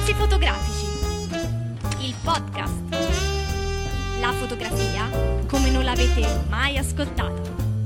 Discorsi fotografici, il podcast. La fotografia come non l'avete mai ascoltata.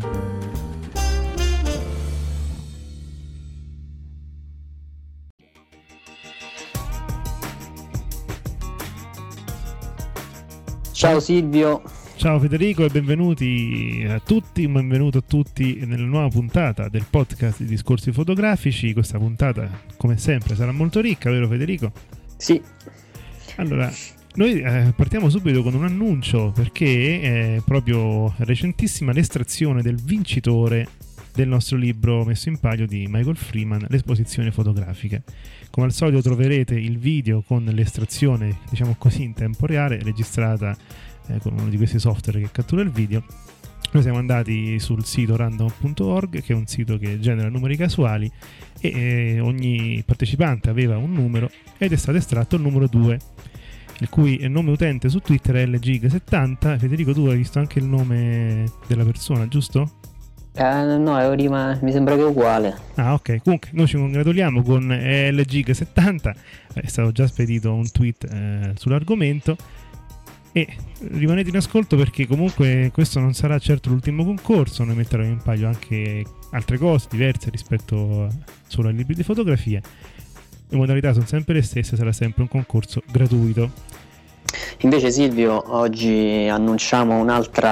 Ciao Silvio. Ciao Federico e benvenuti a tutti, benvenuto a tutti nella nuova puntata del podcast di Discorsi Fotografici. Questa puntata, come sempre, sarà molto ricca, vero Federico? Sì. Allora, noi partiamo subito con un annuncio, perché è proprio recentissima l'estrazione del vincitore del nostro libro messo in palio di Michael Freeman, Le esposizioni fotografiche. Come al solito troverete il video con l'estrazione, diciamo così, in tempo reale, registrata con uno di questi software che cattura il video. Noi siamo andati sul sito random.org, che è un sito che genera numeri casuali, e ogni partecipante aveva un numero ed è stato estratto il numero 2, il cui nome utente su Twitter è LGig70. Federico, tu hai visto anche il nome della persona, giusto? No, mi sembra che è uguale. Ah, ok. Comunque noi ci congratuliamo con LGig70, è stato già spedito un tweet sull'argomento. E rimanete in ascolto, perché comunque questo non sarà certo l'ultimo concorso. Noi metteremo in palio anche altre cose diverse rispetto solo ai libri di fotografia. Le modalità sono sempre le stesse, sarà sempre un concorso gratuito. Invece Silvio, oggi annunciamo un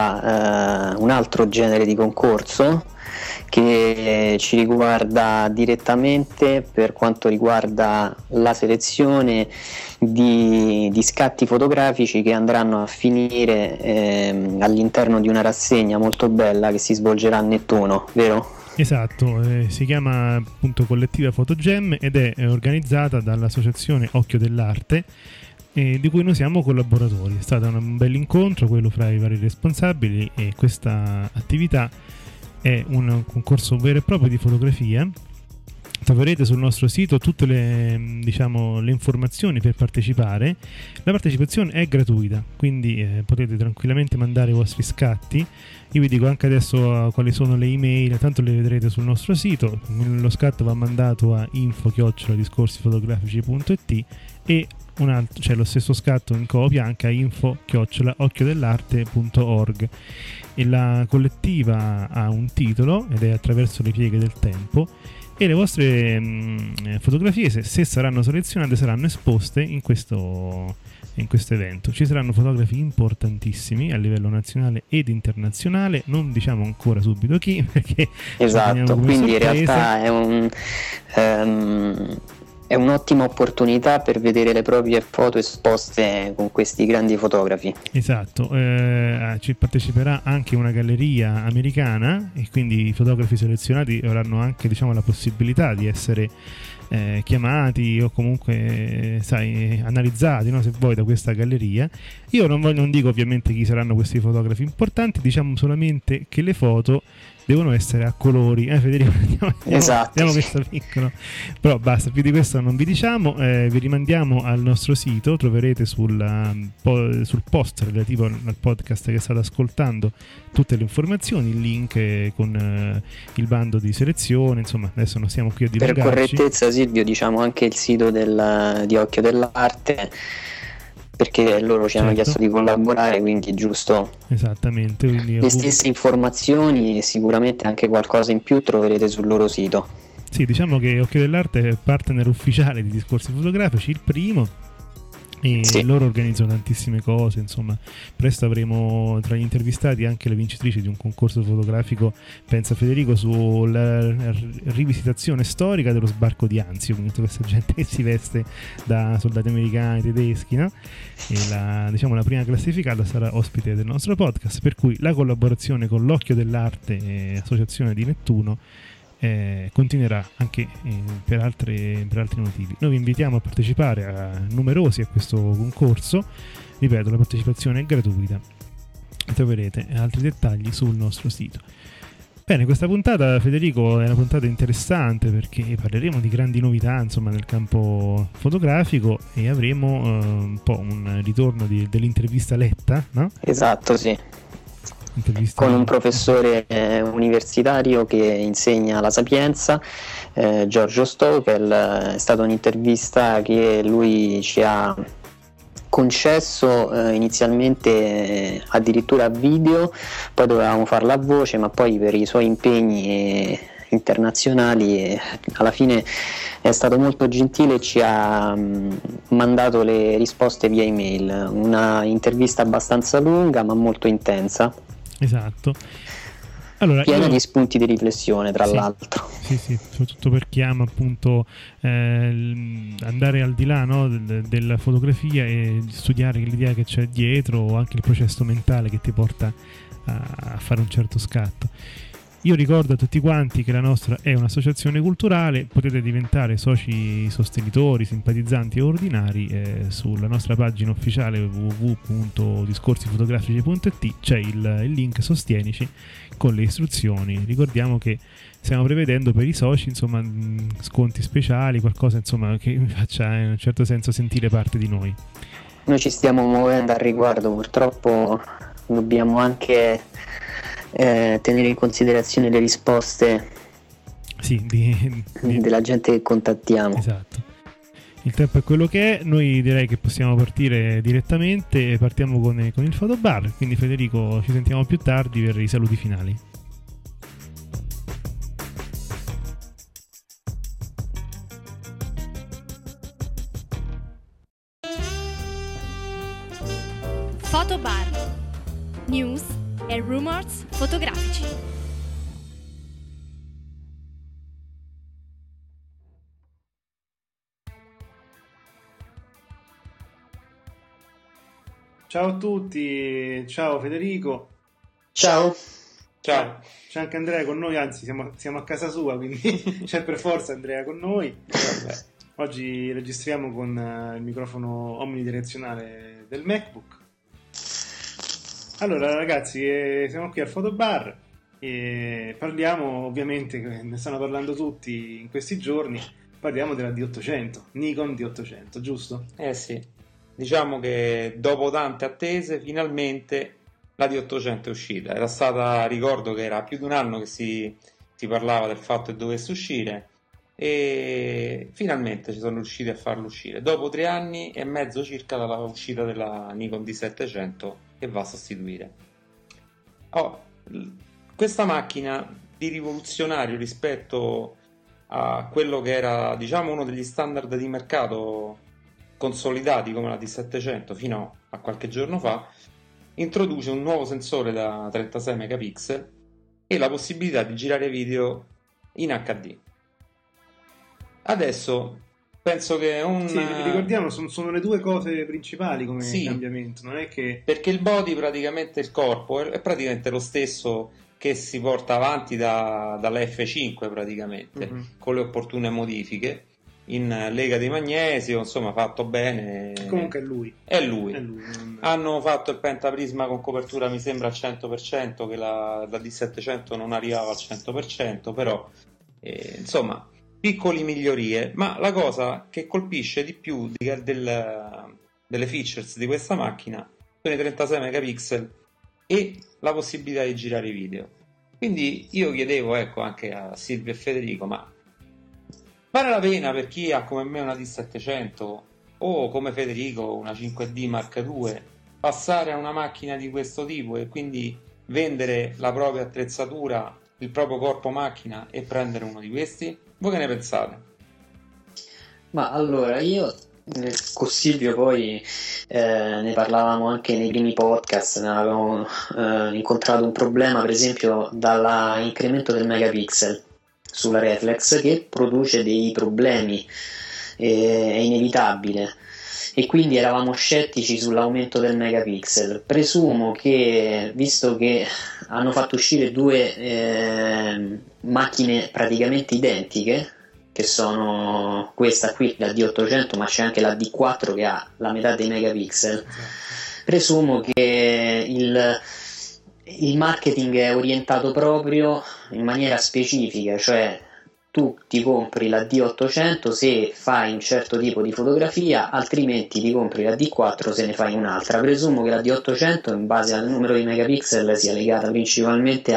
altro genere di concorso che ci riguarda direttamente per quanto riguarda la selezione di scatti fotografici che andranno a finire all'interno di una rassegna molto bella che si svolgerà a Nettuno, vero? Esatto, si chiama appunto Collettiva Fotogem ed è organizzata dall'associazione Occhio dell'Arte, di cui noi siamo collaboratori. È stato un bel incontro quello fra i vari responsabili, e questa attività è un concorso vero e proprio di fotografia. Troverete sul nostro sito tutte le informazioni per partecipare. La partecipazione è gratuita, quindi potete tranquillamente mandare i vostri scatti. Io vi dico anche adesso quali sono le email, tanto le vedrete sul nostro sito. Lo scatto va mandato a info@discorsifotografici.it e c'è lo stesso scatto in copia anche a info@occhiodellarte.org. E la collettiva ha un titolo ed è Attraverso le pieghe del tempo, e le vostre fotografie, se saranno selezionate, saranno esposte in questo evento. Ci saranno fotografi importantissimi a livello nazionale ed internazionale, non diciamo ancora subito chi, perché esatto, quindi in realtà è un'ottima opportunità per vedere le proprie foto esposte con questi grandi fotografi. Esatto, ci parteciperà anche una galleria americana, e quindi i fotografi selezionati avranno anche la possibilità di essere chiamati o comunque analizzati, no, se vuoi, da questa galleria. Io non dico ovviamente chi saranno questi fotografi importanti, diciamo solamente che le foto devono essere a colori, Federico? Esatto. Vediamo questo piccolo. Però basta, più di questo non vi diciamo. Vi rimandiamo al nostro sito, troverete sul post relativo al podcast che state ascoltando tutte le informazioni, il link con il bando di selezione. Insomma, adesso non stiamo qui a divulgarci. Per correttezza, Silvio, diciamo anche il sito di Occhio dell'Arte, perché loro ci hanno chiesto di collaborare, quindi giusto. Esattamente, quindi le stesse informazioni e sicuramente anche qualcosa in più troverete sul loro sito. Sì, diciamo che Occhio dell'Arte è partner ufficiale di Discorsi Fotografici, il primo, e sì, loro organizzano tantissime cose. Insomma, presto avremo tra gli intervistati anche le vincitrici di un concorso fotografico, pensa Federico, sulla rivisitazione storica dello sbarco di Anzio, quindi tutta questa gente che si veste da soldati americani, tedeschi, no? E la prima classificata sarà ospite del nostro podcast, per cui la collaborazione con l'Occhio dell'Arte e Associazione di Nettuno continuerà anche per altri motivi. Noi vi invitiamo a partecipare numerosi a questo concorso. Ripeto, la partecipazione è gratuita. Troverete altri dettagli sul nostro sito. Bene, questa puntata, Federico, è una puntata interessante perché parleremo di grandi novità, insomma, nel campo fotografico, e avremo un po' un ritorno dell'intervista letta, no? Esatto, sì. con un professore universitario che insegna la Sapienza, Giorgio Stokel. È stata un'intervista che lui ci ha concesso inizialmente addirittura a video, poi dovevamo farla a voce, ma poi per i suoi impegni internazionali alla fine è stato molto gentile e ci ha mandato le risposte via email. Una intervista abbastanza lunga ma molto intensa. Esatto. Allora, piena di spunti di riflessione, tra l'altro. Sì, soprattutto per chi ama appunto andare al di là, no, della fotografia e studiare l'idea che c'è dietro, o anche il processo mentale che ti porta a fare un certo scatto. Io ricordo a tutti quanti che la nostra è un'associazione culturale, potete diventare soci sostenitori, simpatizzanti o ordinari sulla nostra pagina ufficiale www.discorsifotografici.it, c'è il link Sostienici con le istruzioni. Ricordiamo che stiamo prevedendo per i soci, insomma, sconti speciali, qualcosa, insomma, che mi faccia in un certo senso sentire parte di noi. Noi ci stiamo muovendo al riguardo, purtroppo dobbiamo anche tenere in considerazione le risposte della gente che contattiamo. Esatto. Il tempo è quello che è, noi direi che possiamo partire direttamente. Partiamo con il fotobar, quindi Federico, ci sentiamo più tardi per i saluti finali. Fotobar, news e rumors fotografici. Ciao a tutti, ciao Federico. Ciao. C'è anche Andrea con noi, anzi siamo a casa sua, quindi c'è per forza Andrea con noi. Oggi registriamo con il microfono omnidirezionale del MacBook. Allora ragazzi, siamo qui al Fotobar e parliamo, ovviamente ne stanno parlando tutti in questi giorni, parliamo della D800, Nikon D800, giusto? Sì, diciamo che dopo tante attese finalmente la D800 è uscita. Era stata, ricordo che era più di un anno che si parlava del fatto che dovesse uscire e finalmente ci sono riusciti a farlo uscire dopo 3 anni e mezzo circa dalla uscita della Nikon D700 che va a sostituire. Questa macchina di rivoluzionario rispetto a quello che era, diciamo, uno degli standard di mercato consolidati come la D700 fino a qualche giorno fa, introduce un nuovo sensore da 36 megapixel e la possibilità di girare video in HD. Adesso penso che ricordiamo, sono le due cose principali come cambiamento, non è che... Perché il body, praticamente il corpo, è praticamente lo stesso che si porta avanti dalla F5 praticamente, con le opportune modifiche in lega di magnesio, insomma fatto bene. Comunque è lui. Hanno fatto il pentaprisma con copertura mi sembra al 100%, che la D700 non arrivava al 100%, però insomma piccole migliorie. Ma la cosa che colpisce di più delle features di questa macchina sono i 36 megapixel e la possibilità di girare i video. Quindi io chiedevo, anche a Silvio e Federico, ma vale la pena per chi ha come me una D700 o come Federico una 5D Mark II passare a una macchina di questo tipo e quindi vendere la propria attrezzatura, il proprio corpo macchina e prendere uno di questi? Voi che ne pensate? Ma allora, io con Silvio poi ne parlavamo anche nei primi podcast, ne avevamo incontrato un problema per esempio dall'incremento del megapixel sulla reflex che produce dei problemi, è inevitabile, e quindi eravamo scettici sull'aumento del megapixel. Presumo che, visto che hanno fatto uscire due macchine praticamente identiche, che sono questa qui, la D800, ma c'è anche la D4 che ha la metà dei megapixel, presumo che il marketing è orientato proprio in maniera specifica, cioè tu ti compri la D800 se fai un certo tipo di fotografia, altrimenti ti compri la D4 se ne fai un'altra. Presumo che la D800, in base al numero di megapixel, sia legata principalmente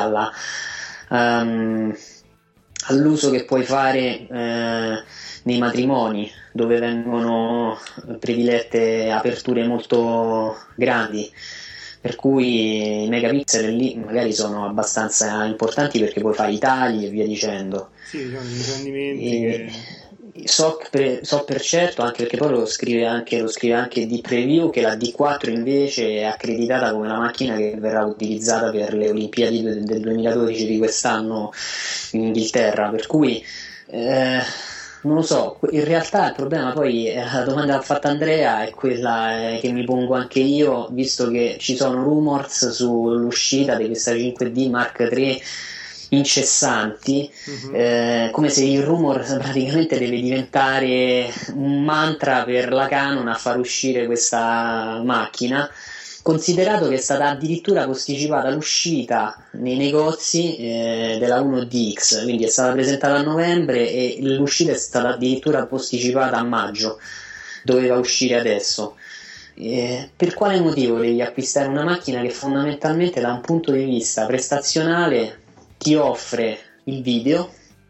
all'uso che puoi fare nei matrimoni, dove vengono predilette aperture molto grandi, per cui i megapixel lì magari sono abbastanza importanti perché puoi fare i tagli e via dicendo. Sì, diciamo, i rendimenti so per certo, anche perché poi lo scrive anche di preview, che la D4 invece è accreditata come la macchina che verrà utilizzata per le Olimpiadi del 2012 di quest'anno in Inghilterra, per cui non lo so, in realtà il problema poi, la domanda che ha fatto Andrea è quella che mi pongo anche io, visto che ci sono rumors sull'uscita di questa 5D Mark III incessanti, come se il rumor praticamente deve diventare un mantra per la Canon a far uscire questa macchina, considerato che è stata addirittura posticipata l'uscita nei negozi della 1DX, quindi è stata presentata a novembre e l'uscita è stata addirittura posticipata a maggio, doveva uscire adesso. Per quale motivo devi acquistare una macchina che fondamentalmente da un punto di vista prestazionale ti offre il video,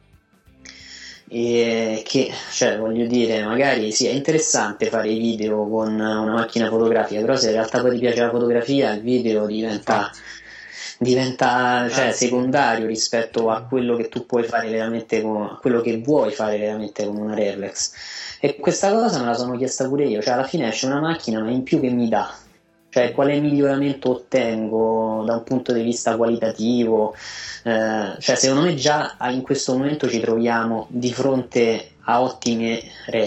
e che, cioè, voglio dire, magari sì, è interessante fare i video con una macchina fotografica, però se in realtà poi ti piace la fotografia, il video diventa secondario rispetto a quello che tu puoi fare veramente a quello che vuoi fare veramente con una reflex. E questa cosa me la sono chiesta pure io, cioè alla fine esce una macchina, ma in più che mi dà? Cioè, quale miglioramento ottengo da un punto di vista qualitativo? Cioè, secondo me già in questo momento ci troviamo di fronte a ottime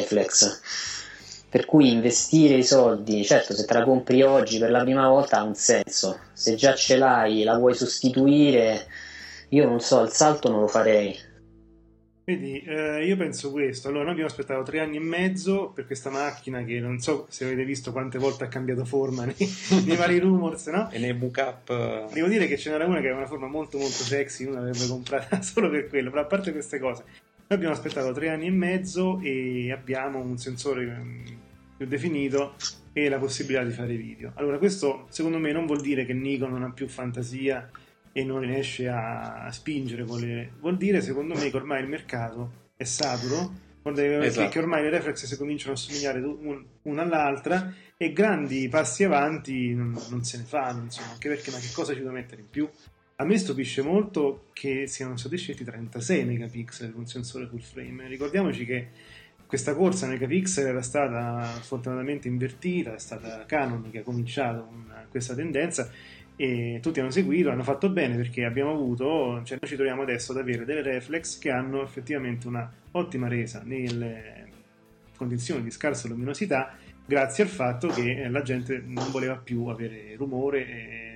reflex, per cui investire i soldi, certo, se te la compri oggi per la prima volta ha un senso, se già ce l'hai, la vuoi sostituire, io non so, il salto non lo farei. Vedi, io penso questo. Allora, noi abbiamo aspettato 3 anni e mezzo per questa macchina che non so se avete visto quante volte ha cambiato forma nei vari rumors, no? E nei book-up. Devo dire che ce n'era una che aveva una forma molto molto sexy, uno l'avrebbe comprata solo per quello, però a parte queste cose, noi abbiamo aspettato 3 anni e mezzo e abbiamo un sensore più definito e la possibilità di fare video. Allora, questo secondo me non vuol dire che Nikon non ha più fantasia e non riesce a spingere, vuol dire secondo me che ormai il mercato è saturo, esatto, che ormai le reflex si cominciano a somigliare una all'altra e grandi passi avanti non se ne fanno, insomma, anche perché ma che cosa ci devo mettere in più? A me stupisce molto che siano stati scelti 36 megapixel con sensore full frame. Ricordiamoci che questa corsa megapixel era stata fortunatamente invertita, è stata Canon che ha cominciato con questa tendenza e tutti hanno seguito, hanno fatto bene, perché abbiamo avuto, cioè noi ci troviamo adesso ad avere delle reflex che hanno effettivamente una ottima resa nelle condizioni di scarsa luminosità, grazie al fatto che la gente non voleva più avere rumore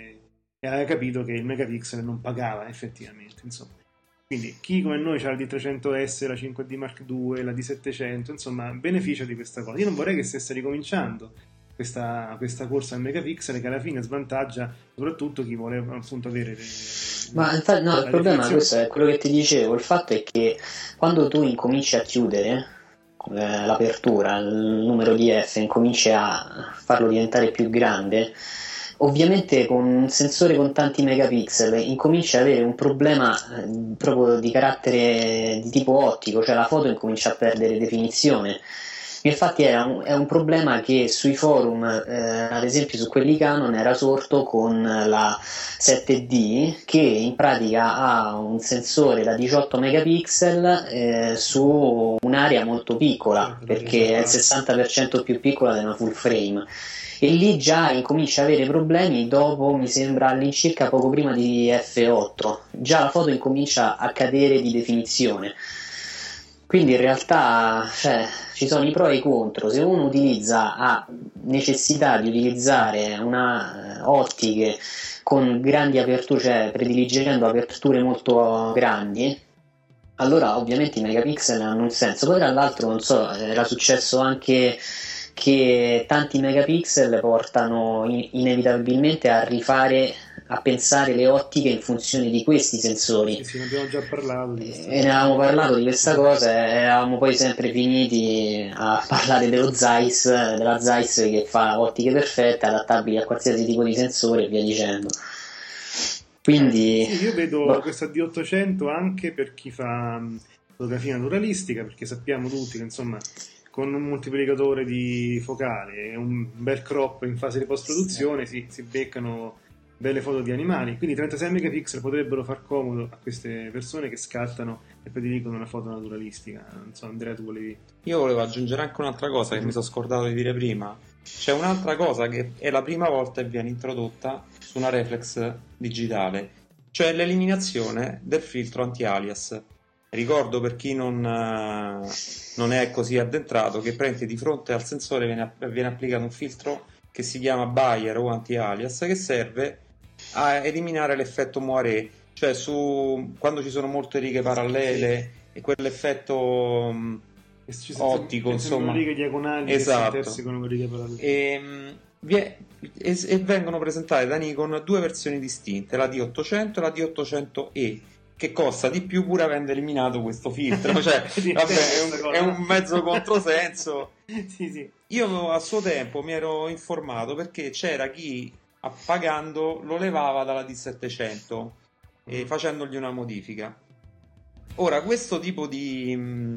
e aveva capito che il megapixel non pagava effettivamente, insomma. Quindi chi come noi ha la D300S, la 5D Mark II, la D700, insomma, beneficia di questa cosa. Io non vorrei che stesse ricominciando questa corsa al megapixel, che alla fine svantaggia soprattutto chi vuole appunto avere ma infatti no, il problema questo è quello che ti dicevo, il fatto è che quando tu incominci a chiudere l'apertura, il numero di F incominci a farlo diventare più grande, ovviamente con un sensore con tanti megapixel incominci ad avere un problema proprio di carattere di tipo ottico, cioè la foto incomincia a perdere definizione. Infatti è un problema che sui forum, ad esempio su quelli Canon, era sorto con la 7D, che in pratica ha un sensore da 18 megapixel su un'area molto piccola, perché è il 60% più piccola di una full frame, e lì già incomincia a avere problemi dopo, mi sembra, all'incirca poco prima di F8, già la foto incomincia a cadere di definizione. Quindi in realtà ci sono i pro e i contro. Se uno ha necessità di utilizzare ottiche con grandi aperture, cioè prediligendo aperture molto grandi, allora ovviamente i megapixel hanno un senso. Poi tra l'altro, non so, era successo anche che tanti megapixel portano inevitabilmente a rifare a pensare le ottiche in funzione di questi sensori. Sì, ne abbiamo già parlato ne avevamo parlato di questa cosa e eravamo poi sempre finiti a parlare della Zeiss che fa ottiche perfette, adattabili a qualsiasi tipo di sensore e via dicendo. Quindi sì, io vedo questa D800 anche per chi fa fotografia naturalistica, perché sappiamo tutti che insomma con un moltiplicatore di focale e un bel crop in fase di post-produzione si beccano belle foto di animali, quindi 36 megapixel potrebbero far comodo a queste persone che scattano e prediligono una foto naturalistica. Non so, Andrea, tu volevi... Io volevo aggiungere anche un'altra cosa che mi sono scordato di dire prima. C'è un'altra cosa che è la prima volta che viene introdotta su una reflex digitale, cioè l'eliminazione del filtro anti-alias. Ricordo, per chi non è così addentrato, che di fronte al sensore viene applicato un filtro che si chiama Bayer o anti-alias, che serve a eliminare l'effetto moiré, cioè quando ci sono molte righe parallele e quell'effetto ottico, insomma, righe diagonali, esatto, che si intersecono con righe parallele. E vengono presentate da Nikon due versioni distinte, la D800 e la D800E, che costa di più pur avendo eliminato questo filtro. Cioè, vabbè, è un mezzo controsenso. Sì. Io a suo tempo mi ero informato perché c'era chi pagando lo levava dalla D700 e facendogli una modifica. Ora, questo tipo di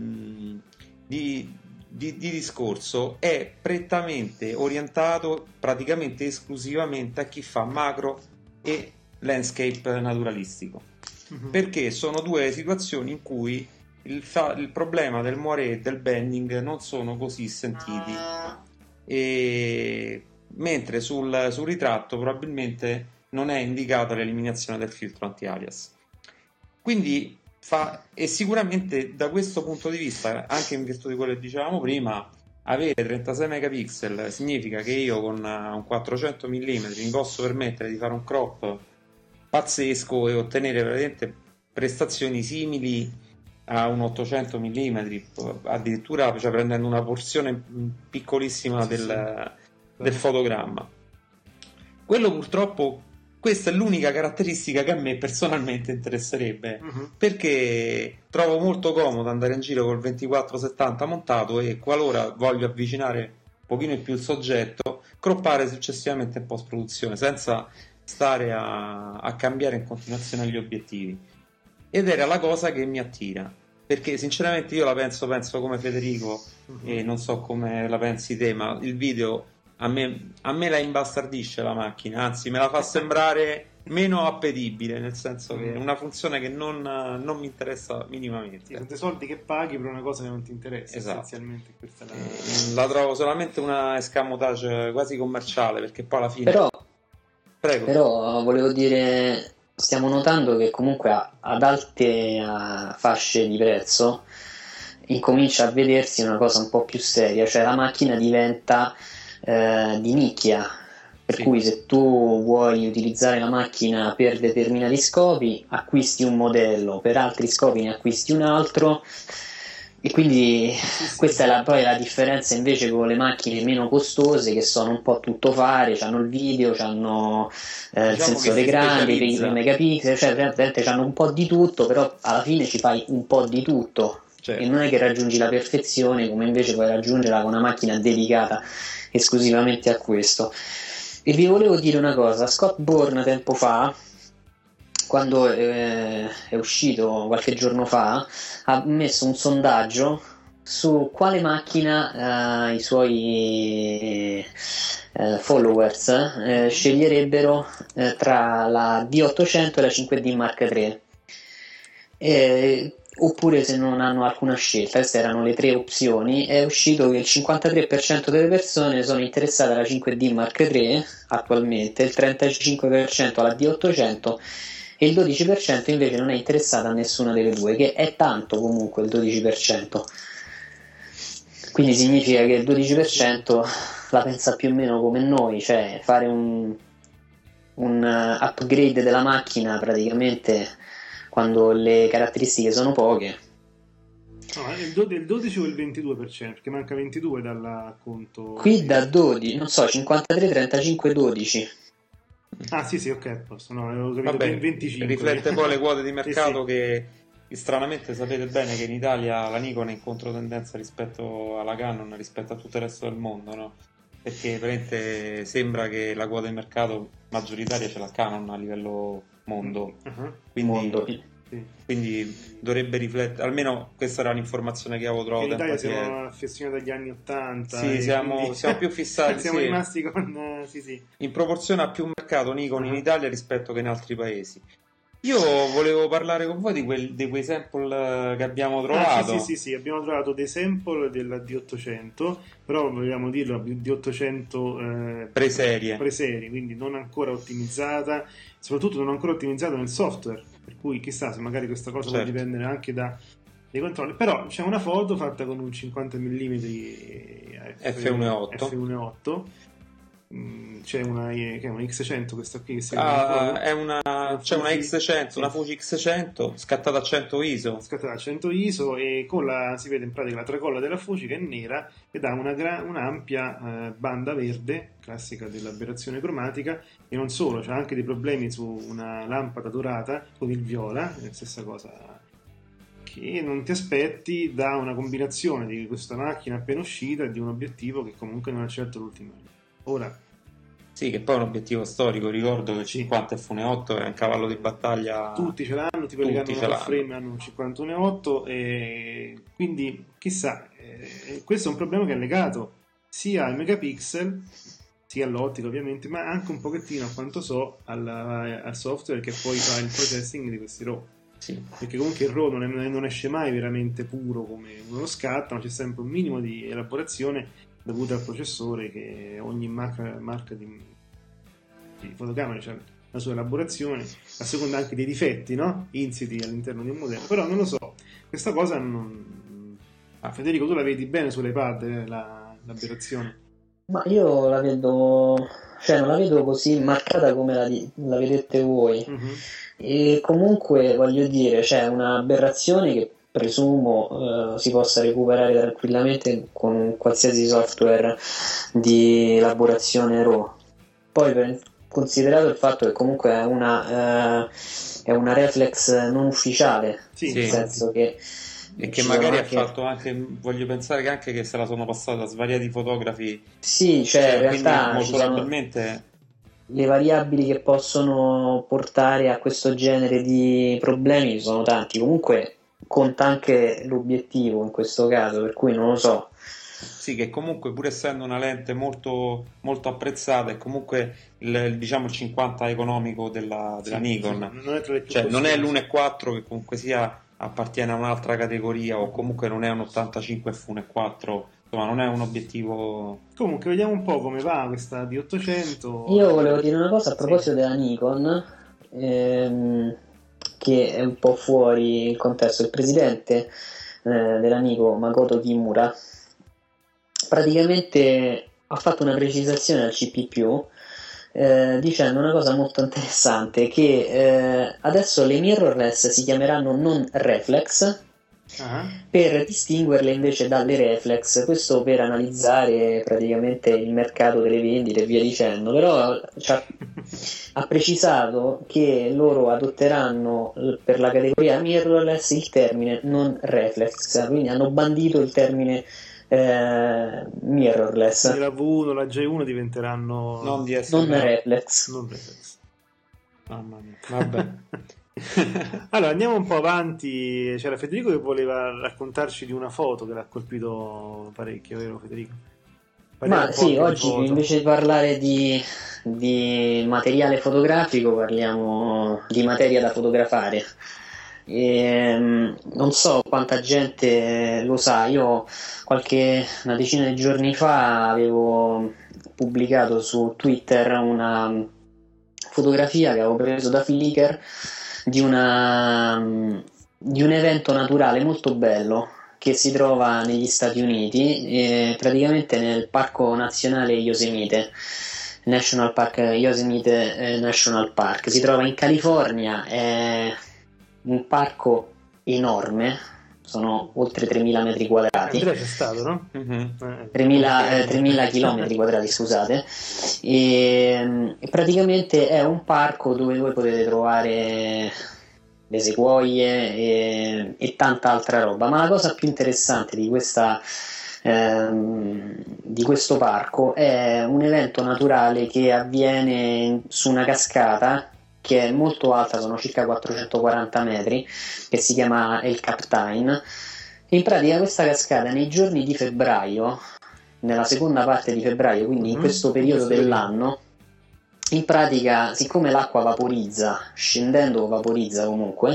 discorso è prettamente orientato praticamente esclusivamente a chi fa macro e landscape naturalistico, perché sono due situazioni in cui il problema del moiré e del bending non sono così sentiti, mentre sul ritratto probabilmente non è indicata l'eliminazione del filtro anti-alias. Quindi e sicuramente da questo punto di vista, anche in virtù di quello che dicevamo prima, avere 36 megapixel significa che io con un 400 mm mi posso permettere di fare un crop pazzesco e ottenere veramente prestazioni simili a un 800 mm, addirittura, cioè, prendendo una porzione piccolissima del fotogramma. Quello, purtroppo, questa è l'unica caratteristica che a me personalmente interesserebbe, perché trovo molto comodo andare in giro col 24-70 montato e, qualora voglio avvicinare un pochino in più il soggetto, croppare successivamente in post produzione senza stare a cambiare in continuazione gli obiettivi. Ed era la cosa che mi attira, perché sinceramente io la penso come Federico, e non so come la pensi te, ma il video a me la imbastardisce la macchina, anzi me la fa sembrare meno appetibile, nel senso che è una funzione che non mi interessa minimamente. Sono dei soldi che paghi per una cosa che non ti interessa, esatto. Essenzialmente questa la trovo solamente una escamotage quasi commerciale, perché poi alla fine... Però volevo dire, stiamo notando che comunque ad alte fasce di prezzo incomincia a vedersi una cosa un po' più seria, cioè la macchina diventa di nicchia, per cui se tu vuoi utilizzare la macchina per determinati scopi acquisti un modello, per altri scopi ne acquisti un altro, e quindi questa è poi la differenza invece con le macchine meno costose, che sono un po' tuttofare, hanno il video, hanno il sensore grande, i megapixel, cioè praticamente hanno un po' di tutto, però alla fine ci fai un po' di tutto. Certo. E non è che raggiungi la perfezione come invece puoi raggiungerla con una macchina dedicata esclusivamente a questo. E vi volevo dire una cosa: Scott Bourne tempo fa, quando è uscito qualche giorno fa, ha messo un sondaggio su quale macchina i suoi followers sceglierebbero tra la D800 e la 5D Mark III, oppure se non hanno alcuna scelta. Queste erano le tre opzioni. È uscito che il 53% delle persone sono interessate alla 5D Mark III attualmente, il 35% alla D800 e il 12% invece non è interessata a nessuna delle due, che è tanto comunque il 12%. Quindi significa che il 12% la pensa più o meno come noi, cioè fare un upgrade della macchina praticamente quando le caratteristiche sono poche. No, il 12 o il 22%? Perché manca 22 dal conto. Qui da 12, non so, 53, 35, 12. Ah sì, ok, posso, no, avevo capito. Vabbè, 25. riflette poi le quote di mercato Sì. che stranamente sapete bene che in Italia la Nikon è in controtendenza rispetto alla Canon, rispetto a tutto il resto del mondo, no? Perché veramente sembra che la quota di mercato maggioritaria ce l'ha Canon a livello mondo. Uh-huh. Quindi, Sì. quindi dovrebbe riflettere, almeno questa era l'informazione che avevo trovato In Italia tempo fa. siamo affezionati agli anni 80. Sì, siamo più fissati. Siamo sì, rimasti con. Sì. in proporzione a più mercato Nikon in Ah. Italia rispetto che in altri paesi. Io volevo parlare con voi di quei sample che abbiamo trovato. Sì, abbiamo trovato dei sample della D800, però vogliamo dirlo, la D800 preserie, quindi non ancora ottimizzata, soprattutto non ancora ottimizzata nel software, per cui chissà se magari questa cosa può dipendere anche dai controlli, però c'è una foto fatta con un 50 mm f1.8. C'è una X100 questa qui che c'è una X100, una Fuji X100 scattata a 100 ISO e si vede in pratica la tracolla della Fuji che è nera e dà un'ampia banda verde classica dell'aberrazione cromatica, e non solo, c'ha anche dei problemi su una lampada dorata con il viola, è la stessa cosa che non ti aspetti da una combinazione di questa macchina appena uscita e di un obiettivo che comunque non è certo l'ultimo anno. Ora sì, che poi è un obiettivo storico, ricordo che il 50 f1.8 è un cavallo di battaglia, tutti ce l'hanno, tipo quelli che hanno un frame hanno un 50 f1.8 e quindi chissà, questo è un problema che è legato sia ai megapixel sia all'ottica ovviamente, ma anche un pochettino, a quanto so, al software che poi fa il processing di questi RAW. Sì. Perché comunque il RAW non esce mai veramente puro come uno scatto, ma c'è sempre un minimo di elaborazione dovuta al processore, che ogni marca di fotocamere c'ha la sua elaborazione a seconda anche dei difetti, no? Insiti all'interno di un modello, però non lo so, questa cosa non. Federico, tu la vedi bene sull'iPad l'aberrazione? Ma io la vedo, cioè non la vedo così marcata come la vedete voi. Uh-huh. E comunque voglio dire, c'è un'aberrazione che presumo si possa recuperare tranquillamente con qualsiasi software di elaborazione RAW. Poi considerato il fatto che comunque è una reflex non ufficiale, nel senso che e che magari ha fatto anche, voglio pensare che se la sono passata svariati fotografi. Sì, cioè in realtà molto probabilmente le variabili che possono portare a questo genere di problemi sono tanti. Comunque conta anche l'obiettivo in questo caso, per cui non lo so. Sì, che comunque pur essendo una lente molto, molto apprezzata, è comunque il 50 economico della Nikon, non è l'1.4 che comunque sia appartiene a un'altra categoria, o comunque non è un 85 f1.4, insomma non è un obiettivo. Comunque vediamo un po' come va questa D800. Io volevo dire una cosa a proposito della Nikon, che è un po' fuori il contesto. Il presidente della Nikon, Makoto Kimura, praticamente ha fatto una precisazione al CP+, dicendo una cosa molto interessante, che adesso le mirrorless si chiameranno non reflex, per distinguerle invece dalle reflex, questo per analizzare praticamente il mercato delle vendite e via dicendo. Però ha precisato che loro adotteranno per la categoria mirrorless il termine non reflex, quindi hanno bandito il termine mirrorless. Quindi la V1, la J1 diventeranno non reflex. Mamma mia, vabbè. Allora andiamo un po' avanti. C'era Federico che voleva raccontarci di una foto che l'ha colpito parecchio, vero Federico? Ma sì, oggi invece di parlare di materiale fotografico parliamo di materia da fotografare. Non so quanta gente lo sa, io una decina di giorni fa avevo pubblicato su Twitter una fotografia che avevo preso da Flickr di un evento naturale molto bello che si trova negli Stati Uniti, praticamente nel Parco Nazionale Yosemite National Park. National Park si trova in California, è un parco enorme, sono oltre 3.000 metri quadrati. Andrea c'è stato, no? 3.000 chilometri quadrati, scusate, e praticamente è un parco dove voi potete trovare le sequoie e tanta altra roba, ma la cosa più interessante di questo parco è un evento naturale che avviene su una cascata che è molto alta, sono circa 440 metri, che si chiama El Captain. In pratica questa cascata nei giorni di febbraio, nella seconda parte di febbraio, quindi in questo periodo dell'anno, in pratica, siccome l'acqua vaporizza, scendendo vaporizza comunque,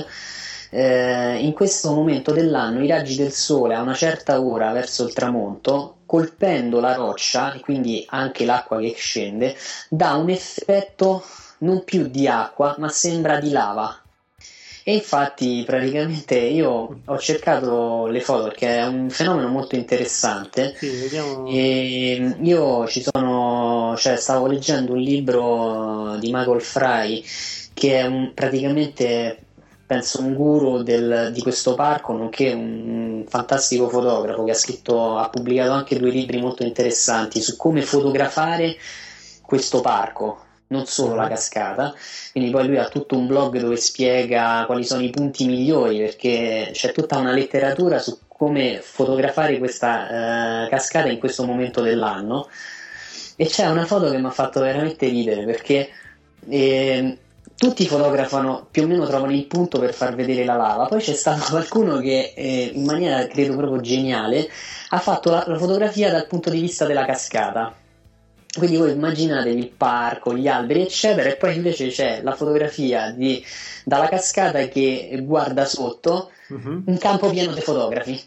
in questo momento dell'anno i raggi del sole a una certa ora verso il tramonto, colpendo la roccia, e quindi anche l'acqua che scende, dà un effetto non più di acqua, ma sembra di lava. E infatti praticamente io ho cercato le foto perché è un fenomeno molto interessante. Sì, vediamo. E io stavo leggendo un libro di Michael Fry, che è praticamente penso un guru di questo parco, nonché un fantastico fotografo che ha pubblicato anche 2 libri molto interessanti su come fotografare questo parco, non solo la cascata. Quindi poi lui ha tutto un blog dove spiega quali sono i punti migliori, perché c'è tutta una letteratura su come fotografare questa cascata in questo momento dell'anno. E c'è una foto che mi ha fatto veramente ridere, perché tutti fotografano, più o meno trovano il punto per far vedere la lava. Poi c'è stato qualcuno che in maniera credo proprio geniale ha fatto la fotografia dal punto di vista della cascata. Quindi voi immaginatevi il parco, gli alberi eccetera, e poi invece c'è la fotografia dalla cascata che guarda sotto, un campo pieno di fotografi.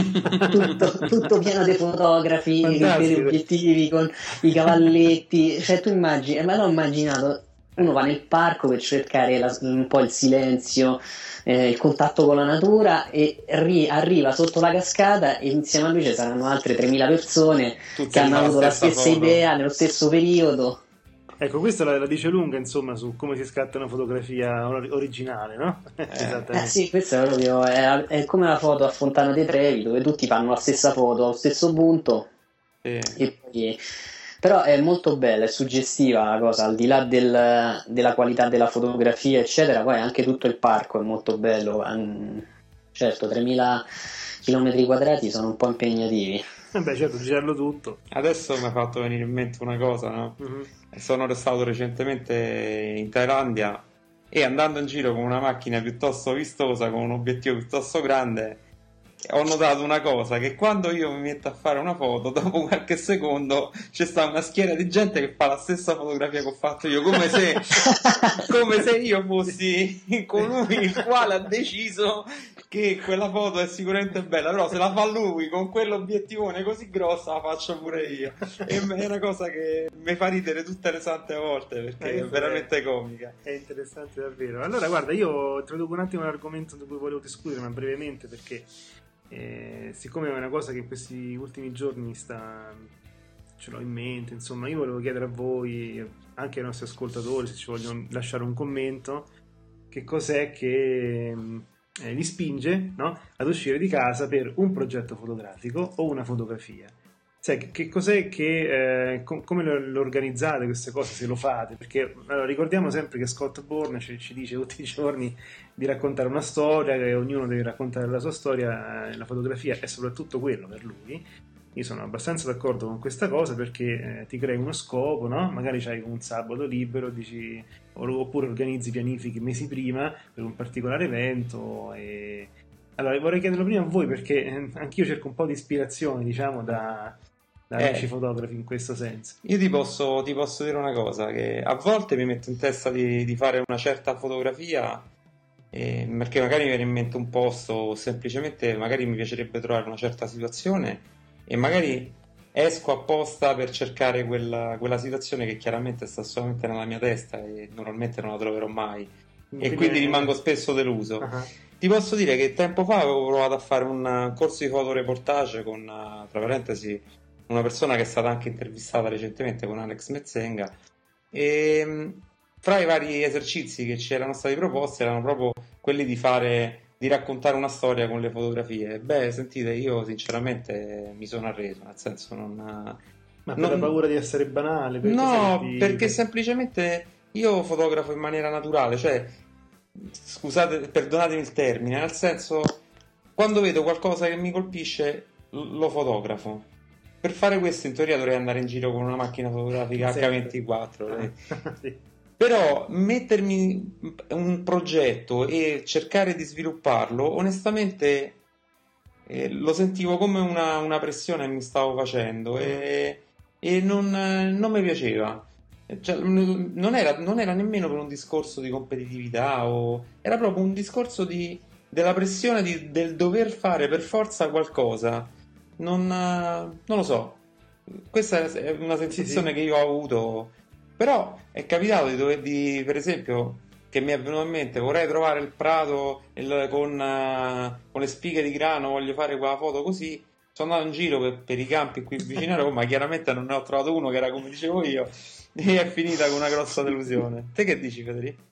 tutto pieno di fotografi, gli obiettivi con i cavalletti, cioè tu immagini, ma l'ho immaginato, uno va nel parco per cercare un po' il silenzio, il contatto con la natura, e arriva sotto la cascata e insieme a lui ci saranno altre 3.000 persone che hanno avuto la stessa idea nello stesso periodo. Ecco, questa la dice lunga, insomma, su come si scatta una fotografia originale, no? Esattamente. Sì, questa è proprio è come la foto a Fontana dei Trevi, dove tutti fanno la stessa foto allo stesso punto. E poi, però è molto bella, è suggestiva la cosa, al di là della qualità della fotografia eccetera. Poi anche tutto il parco è molto bello. Certo, 3.000 chilometri quadrati sono un po' impegnativi. Beh, certo, girarlo tutto. Adesso mi ha fatto venire in mente una cosa, no? Sono stato recentemente in Thailandia e andando in giro con una macchina piuttosto vistosa, con un obiettivo piuttosto grande, ho notato una cosa, che quando io mi metto a fare una foto, dopo qualche secondo c'è sta una schiera di gente che fa la stessa fotografia che ho fatto io, come se io fossi colui il quale ha deciso che quella foto è sicuramente bella, però se la fa lui con quell'obiettivone così grossa la faccio pure io, e è una cosa che mi fa ridere tutte le sante volte, perché è veramente comica. È interessante davvero. Allora guarda, io introduco un attimo l'argomento di cui volevo discutere, ma brevemente, perché siccome è una cosa che in questi ultimi giorni ce l'ho in mente, insomma, io volevo chiedere a voi, anche ai nostri ascoltatori, se ci vogliono lasciare un commento, che cos'è che li spinge, no, ad uscire di casa per un progetto fotografico o una fotografia. Cioè, che cos'è che come lo organizzate queste cose, se lo fate? Perché allora, ricordiamo sempre che Scott Bourne ci dice tutti i giorni di raccontare una storia, che ognuno deve raccontare la sua storia, la fotografia è soprattutto quello per lui. Io sono abbastanza d'accordo con questa cosa, perché ti crei uno scopo, no? Magari c'hai un sabato libero, dici, oppure organizzi, pianifichi mesi prima per un particolare evento. E allora vorrei chiederlo prima a voi, perché anch'io cerco un po' di ispirazione, diciamo, da amici fotografi in questo senso. Io ti posso dire una cosa, che a volte mi metto in testa di fare una certa fotografia, perché magari mi viene in mente un posto, o semplicemente magari mi piacerebbe trovare una certa situazione e magari esco apposta per cercare quella situazione che chiaramente sta solamente nella mia testa e normalmente non la troverò mai, e quindi rimango spesso deluso. Uh-huh. Ti posso dire che tempo fa avevo provato a fare un corso di fotoreportage con, tra parentesi, una persona che è stata anche intervistata recentemente, con Alex Mezzenga, e fra i vari esercizi che ci erano stati proposti erano proprio quelli di fare di raccontare una storia con le fotografie. Beh, sentite, io sinceramente mi sono arreso, nel senso Ma per la paura di essere banale? No, perché semplicemente io fotografo in maniera naturale, cioè, scusate, perdonatemi il termine, nel senso, quando vedo qualcosa che mi colpisce, lo fotografo. Per fare questo, in teoria, dovrei andare in giro con una macchina fotografica H24. Sì. Però mettermi un progetto e cercare di svilupparlo, onestamente, lo sentivo come una pressione che mi stavo facendo e non mi piaceva. Cioè, non era nemmeno per un discorso di competitività, era proprio un discorso della pressione del dover fare per forza qualcosa. Non lo so, questa è una sensazione che io ho avuto, però è capitato per esempio, che mi è venuto in mente, vorrei trovare il prato con le spighe di grano, voglio fare quella foto così. Sono andato in giro per i campi qui vicino a Roma, chiaramente non ne ho trovato uno che era come dicevo io, e è finita con una grossa delusione. Te che dici, Federico?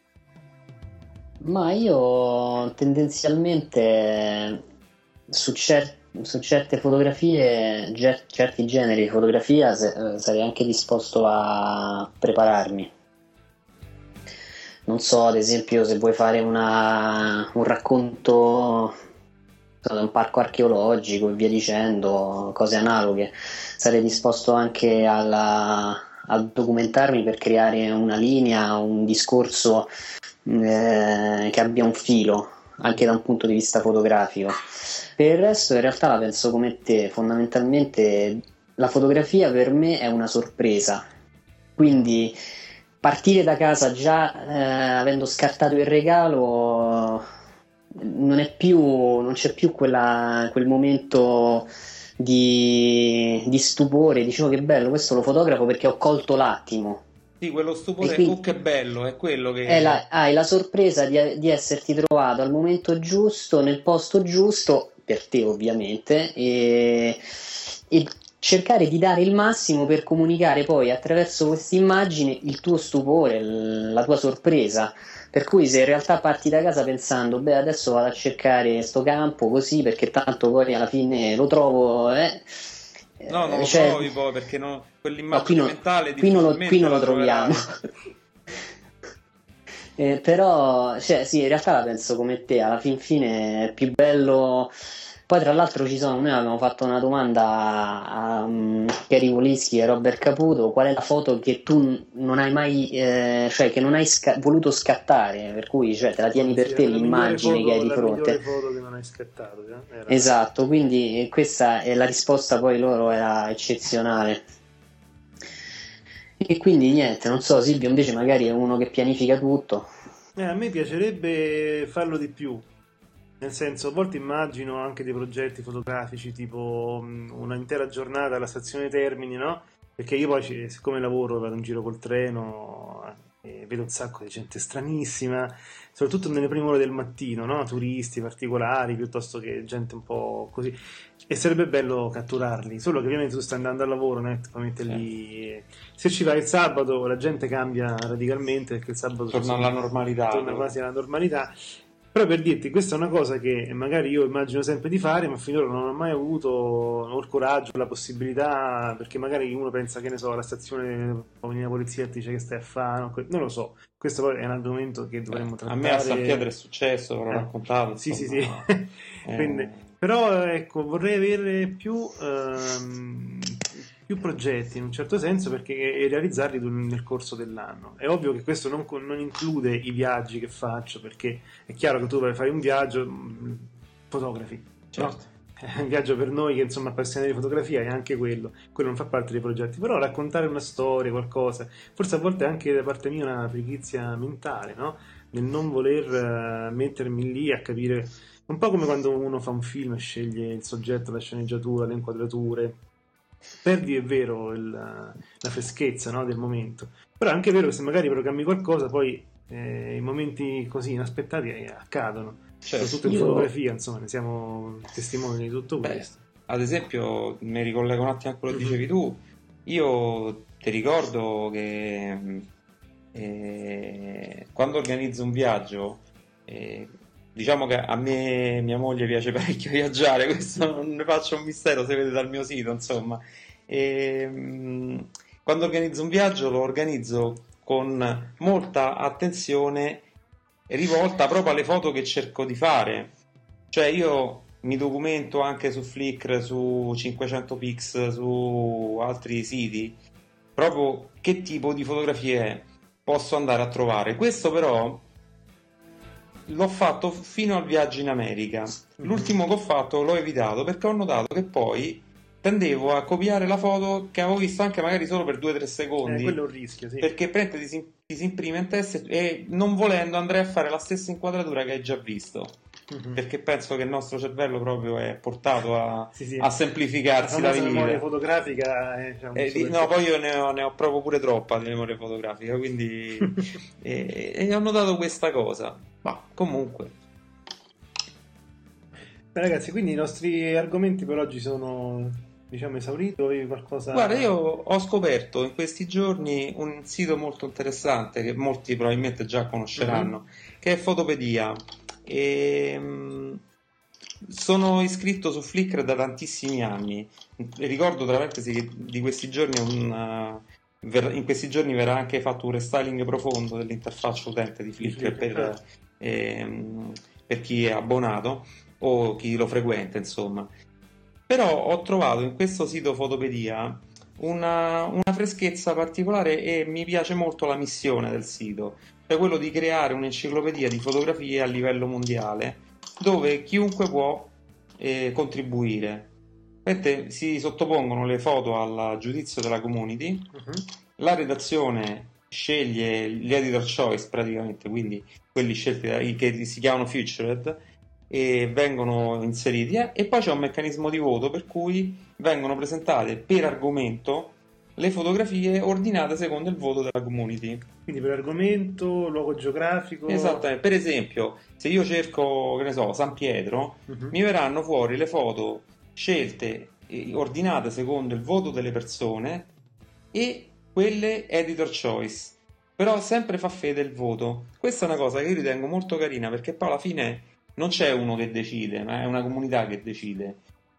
Ma io tendenzialmente su certe fotografie, certi generi di fotografia, sarei anche disposto a prepararmi. Non so, ad esempio, se vuoi fare un racconto da un parco archeologico e via dicendo, cose analoghe, sarei disposto anche a documentarmi per creare una linea, un discorso che abbia un filo anche da un punto di vista fotografico. Per il resto in realtà la penso come te, fondamentalmente la fotografia per me è una sorpresa, quindi partire da casa già avendo scartato il regalo non c'è più quel momento di stupore, dicevo che bello, questo lo fotografo perché ho colto l'attimo. Sì, quello stupore, quindi, che bello, è quello che... hai la sorpresa di esserti trovato al momento giusto, nel posto giusto, per te ovviamente, e cercare di dare il massimo per comunicare poi attraverso questa immagine il tuo stupore, la tua sorpresa. Per cui se in realtà parti da casa pensando, beh, adesso vado a cercare sto campo così perché tanto poi alla fine lo trovo, No, non lo trovi poi perché quell'immagine mentale qui non lo troviamo. Però sì, in realtà la penso come te, alla fine è più bello. Poi tra l'altro noi avevamo fatto una domanda a Gary Wolisky e Robert Caputo: qual è la foto che tu non hai mai cioè che non hai voluto scattare, per cui te la tieni per te l'immagine che hai di fronte, la migliore foto che non hai scattato, esatto, quindi questa è la risposta, poi loro era eccezionale. E quindi niente, non so, Silvio invece magari è uno che pianifica tutto. A me piacerebbe farlo di più. Nel senso, a volte immagino anche dei progetti fotografici tipo una intera giornata alla stazione Termini, no? Perché io poi, siccome lavoro, vado in giro col treno e vedo un sacco di gente stranissima, soprattutto nelle prime ore del mattino, no? Turisti particolari piuttosto che gente un po' così. E sarebbe bello catturarli, solo che ovviamente tu stai andando al lavoro, puoi metterli. Se ci vai il sabato la gente cambia radicalmente perché il sabato torna alla normalità. Torna quasi alla normalità. Però per dirti, questa è una cosa che magari io immagino sempre di fare, ma finora non ho mai avuto il coraggio, la possibilità, perché magari uno pensa, che ne so, alla stazione la polizia ti dice che stai a fare, non lo so. Questo poi è un argomento che dovremmo trattare. A me a San Pietro è successo, l'ho raccontato. Sì. Quindi, però ecco, vorrei avere più progetti in un certo senso e realizzarli nel corso dell'anno. È ovvio che questo non include i viaggi che faccio, perché è chiaro che tu vai a fare un viaggio, fotografi, certo. No? Un viaggio per noi che insomma appassionati di fotografia è anche quello non fa parte dei progetti, però raccontare una storia, qualcosa, forse a volte anche da parte mia una pigrizia mentale, no? Nel non voler mettermi lì a capire, un po' come quando uno fa un film e sceglie il soggetto, la sceneggiatura, le inquadrature. Perdi, è vero, la freschezza, no, del momento, però è anche vero che se magari programmi qualcosa poi i momenti così inaspettati accadono, soprattutto in fotografia, insomma, ne siamo testimoni di tutto questo. Ad esempio, mi ricollego un attimo a quello che dicevi tu, io ti ricordo che quando organizzo un viaggio diciamo che a me mia moglie piace parecchio viaggiare, questo non ne faccio un mistero, se vede dal mio sito, insomma. Quando organizzo un viaggio lo organizzo con molta attenzione rivolta proprio alle foto che cerco di fare. Cioè io mi documento anche su Flickr, su 500px, su altri siti, proprio che tipo di fotografie posso andare a trovare. Questo però l'ho fatto fino al viaggio in America. L'ultimo che ho fatto l'ho evitato perché ho notato che poi tendevo a copiare la foto che avevo visto anche magari solo per 2-3 secondi. Quello è un rischio, sì. Perché ti si imprime in testa e non volendo andrei a fare la stessa inquadratura che hai già visto. Perché penso che il nostro cervello proprio è portato a semplificarsi la vita. La memoria fotografica no, poi io ne ho proprio pure troppa di memoria fotografica, quindi e ho notato questa cosa. Ma comunque beh, ragazzi, quindi i nostri argomenti per oggi sono, diciamo, esauriti. Avevi qualcosa? Guarda, io ho scoperto in questi giorni un sito molto interessante che molti probabilmente già conosceranno, che è Fotopedia. Sono iscritto su Flickr da tantissimi anni. Ricordo tra parentesi che di questi giorni in questi giorni verrà anche fatto un restyling profondo dell'interfaccia utente di Flickr per chi è abbonato o chi lo frequenta, insomma. Però ho trovato in questo sito Fotopedia una freschezza particolare e mi piace molto la missione del sito, cioè quello di creare un'enciclopedia di fotografie a livello mondiale dove chiunque può contribuire. Si sottopongono le foto al giudizio della community, la redazione sceglie gli editor choice praticamente, quindi quelli scelti che si chiamano featured e vengono inseriti e poi c'è un meccanismo di voto per cui vengono presentate per argomento le fotografie ordinate secondo il voto della community. Quindi per argomento, luogo geografico. Esattamente. Per esempio, se io cerco, che ne so, San Pietro, mi verranno fuori le foto scelte e ordinate secondo il voto delle persone e quelle editor choice. Però sempre fa fede il voto. Questa è una cosa che io ritengo molto carina, perché poi alla fine non c'è uno che decide, ma è una comunità che decide.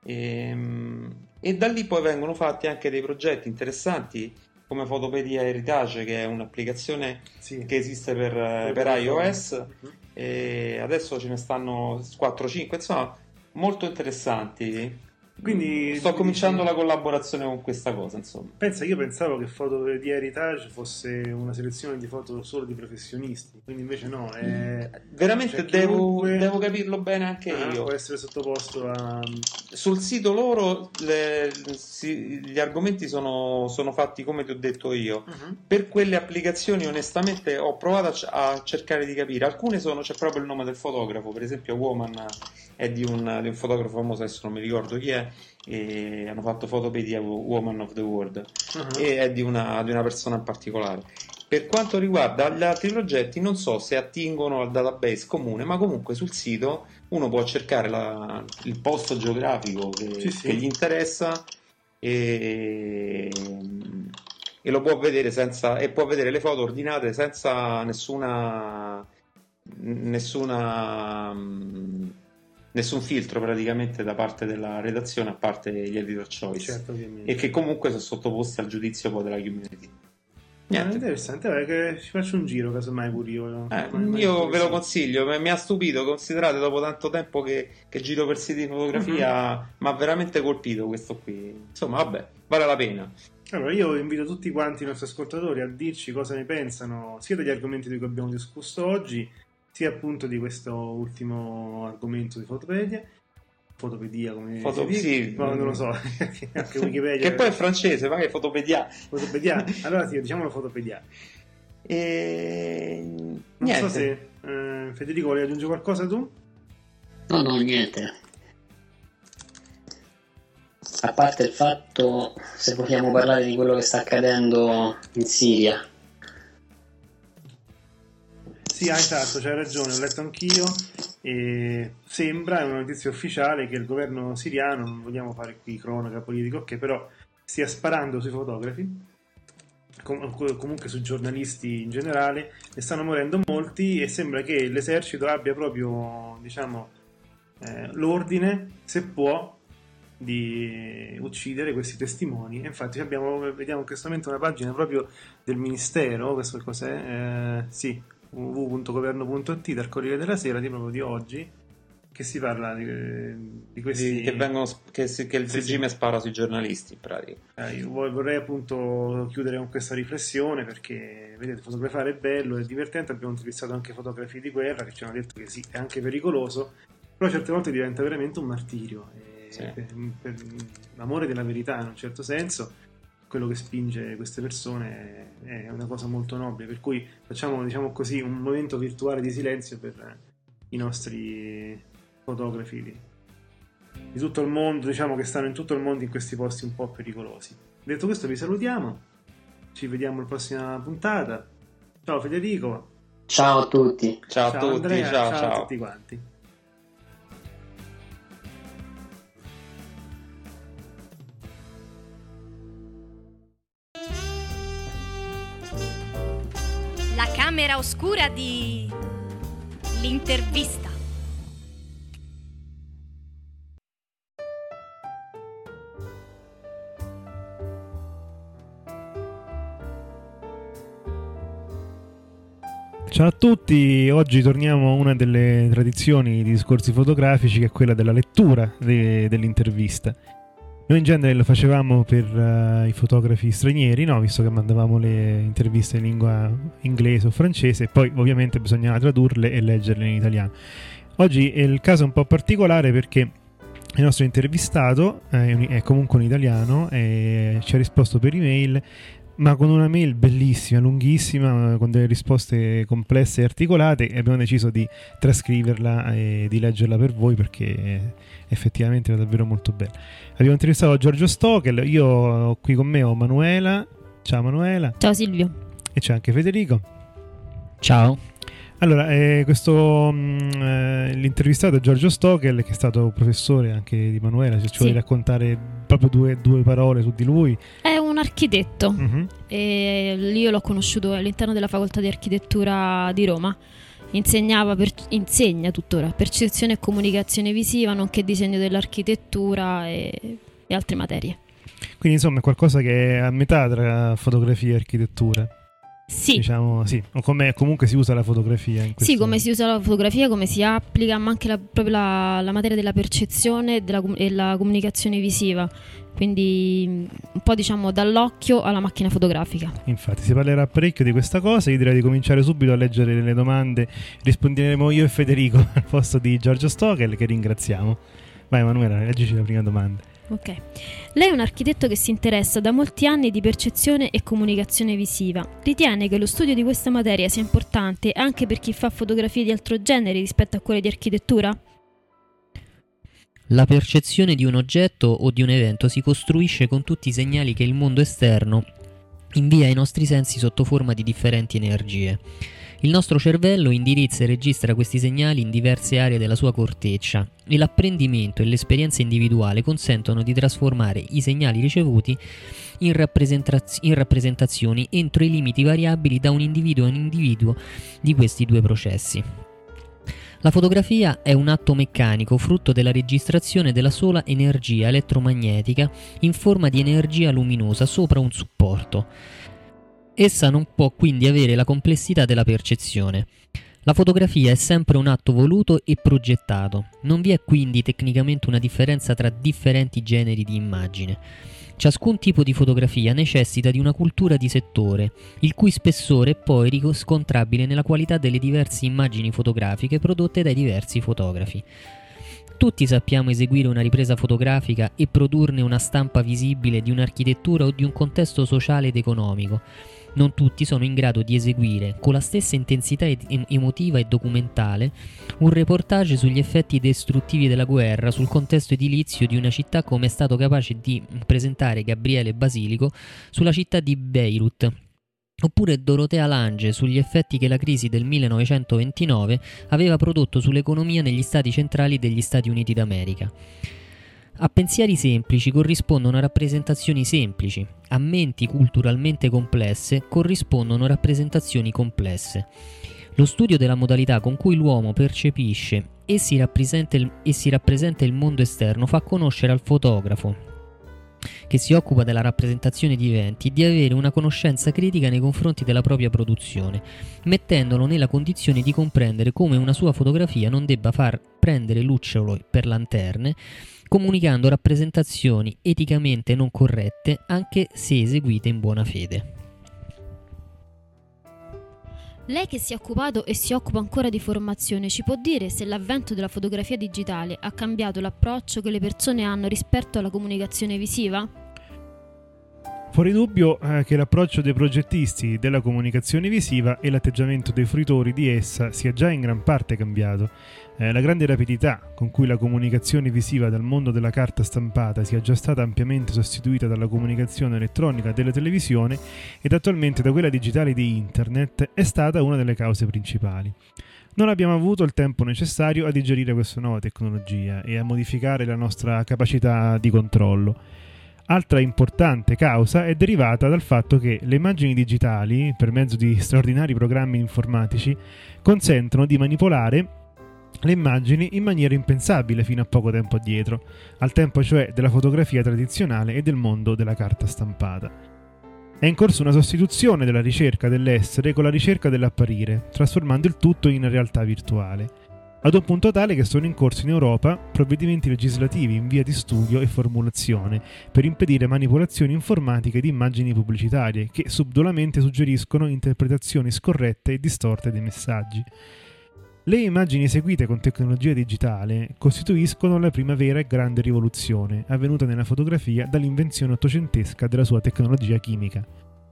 E da lì poi vengono fatti anche dei progetti interessanti come Fotopedia Heritage, che è un'applicazione che esiste per iOS, e adesso ce ne stanno 4-5, insomma molto interessanti. Quindi sto cominciando la collaborazione con questa cosa, insomma. Io pensavo che Fotopedia Heritage fosse una selezione di foto solo di professionisti, quindi invece no, veramente devo capirlo bene anche io. Può essere sottoposto a... Sul sito loro gli argomenti sono fatti come ti ho detto io. Per quelle applicazioni onestamente ho provato a cercare di capire. Alcune c'è proprio il nome del fotografo, per esempio Woman è di un fotografo famoso, adesso non mi ricordo chi è, e hanno fatto Fotopedia Woman of the World e è di una persona in particolare. Per quanto riguarda gli altri progetti non so se attingono al database comune, ma comunque sul sito uno può cercare il posto geografico che gli interessa e lo può vedere e può vedere le foto ordinate senza nessun filtro praticamente da parte della redazione, a parte gli editor choice, certo, e che comunque sono sottoposti al giudizio poi della community. Niente. Interessante, che ci faccio un giro casomai pure io. Io ve lo consiglio, mi ha stupito, considerate dopo tanto tempo che giro per siti di fotografia, mi ha veramente colpito questo qui. Insomma, vabbè, vale la pena. Allora, io invito tutti quanti i nostri ascoltatori a dirci cosa ne pensano sia degli argomenti di cui abbiamo discusso oggi, sia appunto di questo ultimo argomento di Fotopedia, come sì. No, non lo so, anche Wikipedia. Che poi è francese, ma che è Fotopedia. Allora sì, diciamolo Fotopedia. Non so se Federico vuoi aggiungere qualcosa tu? No, niente. A parte il fatto, se vogliamo parlare di quello che sta accadendo in Siria. Sì, esatto, c'hai ragione, ho letto anch'io e sembra, è una notizia ufficiale, che il governo siriano, non vogliamo fare qui cronaca politica, ok, però stia sparando sui fotografi comunque su giornalisti in generale, ne stanno morendo molti, e sembra che l'esercito abbia proprio, diciamo, l'ordine, se può, di uccidere questi testimoni. E infatti vediamo in questo momento una pagina proprio del Ministero, questo cos'è? Sì, www.governo.it, dal Corriere della Sera proprio di oggi, che si parla di questi che il regime spara sui giornalisti, in pratica. Io vorrei appunto chiudere con questa riflessione, perché vedete, fotografare è bello, è divertente. Abbiamo intervistato anche fotografi di guerra che ci hanno detto che sì, è anche pericoloso, però certe volte diventa veramente un martirio, sì. per l'amore della verità, in un certo senso, quello che spinge queste persone è una cosa molto nobile, per cui facciamo, diciamo così, un momento virtuale di silenzio per i nostri fotografi di tutto il mondo, diciamo, che stanno in tutto il mondo in questi posti un po' pericolosi. Detto questo, vi salutiamo, ci vediamo alla prossima puntata. Ciao Federico. Ciao a tutti. Ciao a tutti. Andrea, ciao a tutti quanti. La camera oscura di l'intervista. Ciao a tutti, oggi torniamo a una delle tradizioni di discorsi fotografici, che è quella della lettura dell'intervista. Noi in genere lo facevamo per i fotografi stranieri, no? Visto che mandavamo le interviste in lingua inglese o francese, e poi ovviamente bisognava tradurle e leggerle in italiano. Oggi il caso è un po' particolare perché il nostro intervistato è comunque un italiano e ci ha risposto per email, ma con una mail bellissima, lunghissima, con delle risposte complesse e articolate, e abbiamo deciso di trascriverla e di leggerla per voi, perché effettivamente era davvero molto bella. Abbiamo intervistato Giorgio Stockel, io qui con me ho Manuela. Ciao Manuela. Ciao Silvio. E c'è anche Federico. Ciao. Allora, l'intervistato è Giorgio Stockel, che è stato professore anche di Manuela. Se ci vuoi raccontare proprio due parole su di lui. È un architetto, e io l'ho conosciuto all'interno della facoltà di architettura di Roma. Insegna tuttora percezione e comunicazione visiva, nonché disegno dell'architettura e altre materie. Quindi insomma è qualcosa che è a metà tra fotografia e architettura. Sì. Diciamo, sì. O comunque si usa la fotografia in questo... Sì, come si usa la fotografia, come si applica, ma anche proprio la materia della percezione e la comunicazione visiva. Quindi un po', diciamo, dall'occhio alla macchina fotografica. Infatti si parlerà parecchio di questa cosa. Io direi di cominciare subito a leggere le domande. Risponderemo io e Federico al posto di Giorgio Stockel, che ringraziamo. Vai Manuela, leggici la prima domanda. Ok. Lei è un architetto che si interessa da molti anni di percezione e comunicazione visiva. Ritiene che lo studio di questa materia sia importante anche per chi fa fotografie di altro genere rispetto a quelle di architettura? La percezione di un oggetto o di un evento si costruisce con tutti i segnali che il mondo esterno invia ai nostri sensi sotto forma di differenti energie. Il nostro cervello indirizza e registra questi segnali in diverse aree della sua corteccia e l'apprendimento e l'esperienza individuale consentono di trasformare i segnali ricevuti in rappresentazioni entro i limiti variabili da un individuo a un individuo di questi due processi. La fotografia è un atto meccanico frutto della registrazione della sola energia elettromagnetica in forma di energia luminosa sopra un supporto. Essa non può quindi avere la complessità della percezione. La fotografia è sempre un atto voluto e progettato. Non vi è quindi tecnicamente una differenza tra differenti generi di immagine. Ciascun tipo di fotografia necessita di una cultura di settore, il cui spessore è poi riscontrabile nella qualità delle diverse immagini fotografiche prodotte dai diversi fotografi. Tutti sappiamo eseguire una ripresa fotografica e produrne una stampa visibile di un'architettura o di un contesto sociale ed economico. Non tutti sono in grado di eseguire, con la stessa intensità emotiva e documentale, un reportage sugli effetti distruttivi della guerra sul contesto edilizio di una città, come è stato capace di presentare Gabriele Basilico sulla città di Beirut, oppure Dorotea Lange sugli effetti che la crisi del 1929 aveva prodotto sull'economia negli stati centrali degli Stati Uniti d'America. A pensieri semplici corrispondono rappresentazioni semplici, a menti culturalmente complesse corrispondono rappresentazioni complesse. Lo studio della modalità con cui l'uomo percepisce e si rappresenta il mondo esterno fa conoscere al fotografo, che si occupa della rappresentazione di eventi, di avere una conoscenza critica nei confronti della propria produzione, mettendolo nella condizione di comprendere come una sua fotografia non debba far prendere lucciole per lanterne, comunicando rappresentazioni eticamente non corrette anche se eseguite in buona fede. Lei che si è occupato e si occupa ancora di formazione, ci può dire se l'avvento della fotografia digitale ha cambiato l'approccio che le persone hanno rispetto alla comunicazione visiva? Fuori dubbio che l'approccio dei progettisti della comunicazione visiva e l'atteggiamento dei fruitori di essa sia già in gran parte cambiato. La grande rapidità con cui la comunicazione visiva dal mondo della carta stampata sia già stata ampiamente sostituita dalla comunicazione elettronica della televisione ed attualmente da quella digitale di internet è stata una delle cause principali. Non abbiamo avuto il tempo necessario a digerire questa nuova tecnologia e a modificare la nostra capacità di controllo. Altra importante causa è derivata dal fatto che le immagini digitali, per mezzo di straordinari programmi informatici, consentono di manipolare le immagini in maniera impensabile fino a poco tempo addietro, al tempo cioè della fotografia tradizionale e del mondo della carta stampata. È in corso una sostituzione della ricerca dell'essere con la ricerca dell'apparire, trasformando il tutto in realtà virtuale, ad un punto tale che sono in corso in Europa provvedimenti legislativi in via di studio e formulazione per impedire manipolazioni informatiche di immagini pubblicitarie che subdolamente suggeriscono interpretazioni scorrette e distorte dei messaggi. Le immagini eseguite con tecnologia digitale costituiscono la prima vera e grande rivoluzione avvenuta nella fotografia dall'invenzione ottocentesca della sua tecnologia chimica.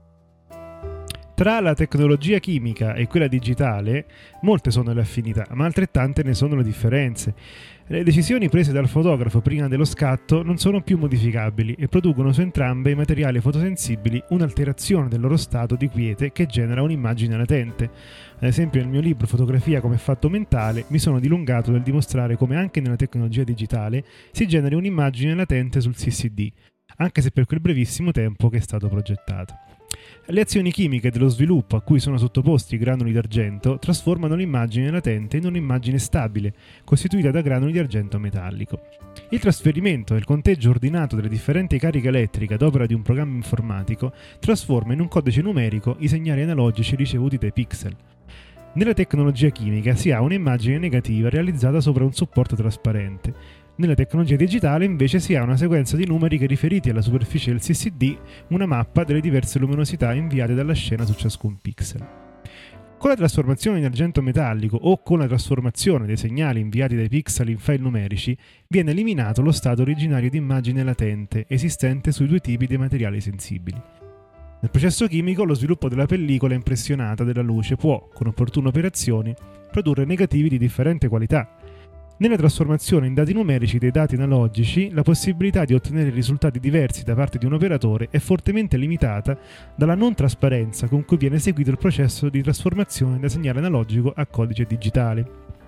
Tra la tecnologia chimica e quella digitale molte sono le affinità, ma altrettante ne sono le differenze. Le decisioni prese dal fotografo prima dello scatto non sono più modificabili e producono su entrambe i materiali fotosensibili un'alterazione del loro stato di quiete che genera un'immagine latente. Ad esempio nel mio libro Fotografia come fatto mentale mi sono dilungato nel dimostrare come anche nella tecnologia digitale si generi un'immagine latente sul CCD, anche se per quel brevissimo tempo che è stato progettato. Le azioni chimiche dello sviluppo a cui sono sottoposti i granuli d'argento trasformano l'immagine latente in un'immagine stabile, costituita da granuli di argento metallico. Il trasferimento e il conteggio ordinato delle differenti cariche elettriche ad opera di un programma informatico trasforma in un codice numerico i segnali analogici ricevuti dai pixel. Nella tecnologia chimica si ha un'immagine negativa realizzata sopra un supporto trasparente. Nella tecnologia digitale invece si ha una sequenza di numeri che riferiti alla superficie del CCD, una mappa delle diverse luminosità inviate dalla scena su ciascun pixel. Con la trasformazione in argento metallico o con la trasformazione dei segnali inviati dai pixel in file numerici viene eliminato lo stato originario di immagine latente esistente sui due tipi di materiali sensibili. Nel processo chimico lo sviluppo della pellicola impressionata della luce può, con opportune operazioni, produrre negativi di differente qualità. Nella trasformazione in dati numerici dei dati analogici, la possibilità di ottenere risultati diversi da parte di un operatore è fortemente limitata dalla non trasparenza con cui viene eseguito il processo di trasformazione da segnale analogico a codice digitale.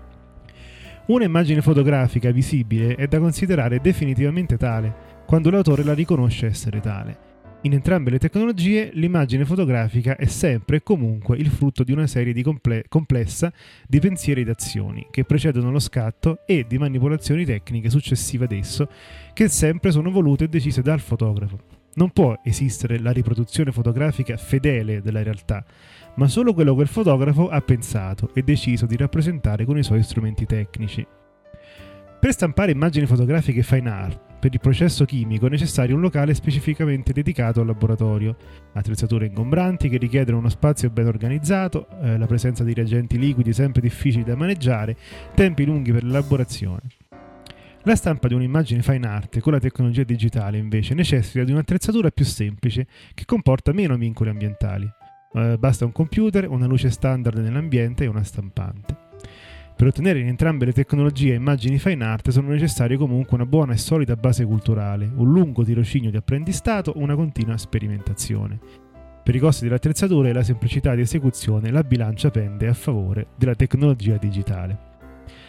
Una immagine fotografica visibile è da considerare definitivamente tale, quando l'autore la riconosce essere tale. In entrambe le tecnologie l'immagine fotografica è sempre e comunque il frutto di una serie di complessa di pensieri ed azioni che precedono lo scatto e di manipolazioni tecniche successive ad esso che sempre sono volute e decise dal fotografo. Non può esistere la riproduzione fotografica fedele della realtà, ma solo quello che il fotografo ha pensato e deciso di rappresentare con i suoi strumenti tecnici. Per stampare immagini fotografiche fine art, per il processo chimico è necessario un locale specificamente dedicato al laboratorio, attrezzature ingombranti che richiedono uno spazio ben organizzato, la presenza di reagenti liquidi sempre difficili da maneggiare, tempi lunghi per l'elaborazione. La stampa di un'immagine fine art con la tecnologia digitale invece necessita di un'attrezzatura più semplice che comporta meno vincoli ambientali. Basta un computer, una luce standard nell'ambiente e una stampante. Per ottenere in entrambe le tecnologie immagini fine art sono necessari comunque una buona e solida base culturale, un lungo tirocinio di apprendistato, una continua sperimentazione. Per i costi dell'attrezzatura e la semplicità di esecuzione la bilancia pende a favore della tecnologia digitale.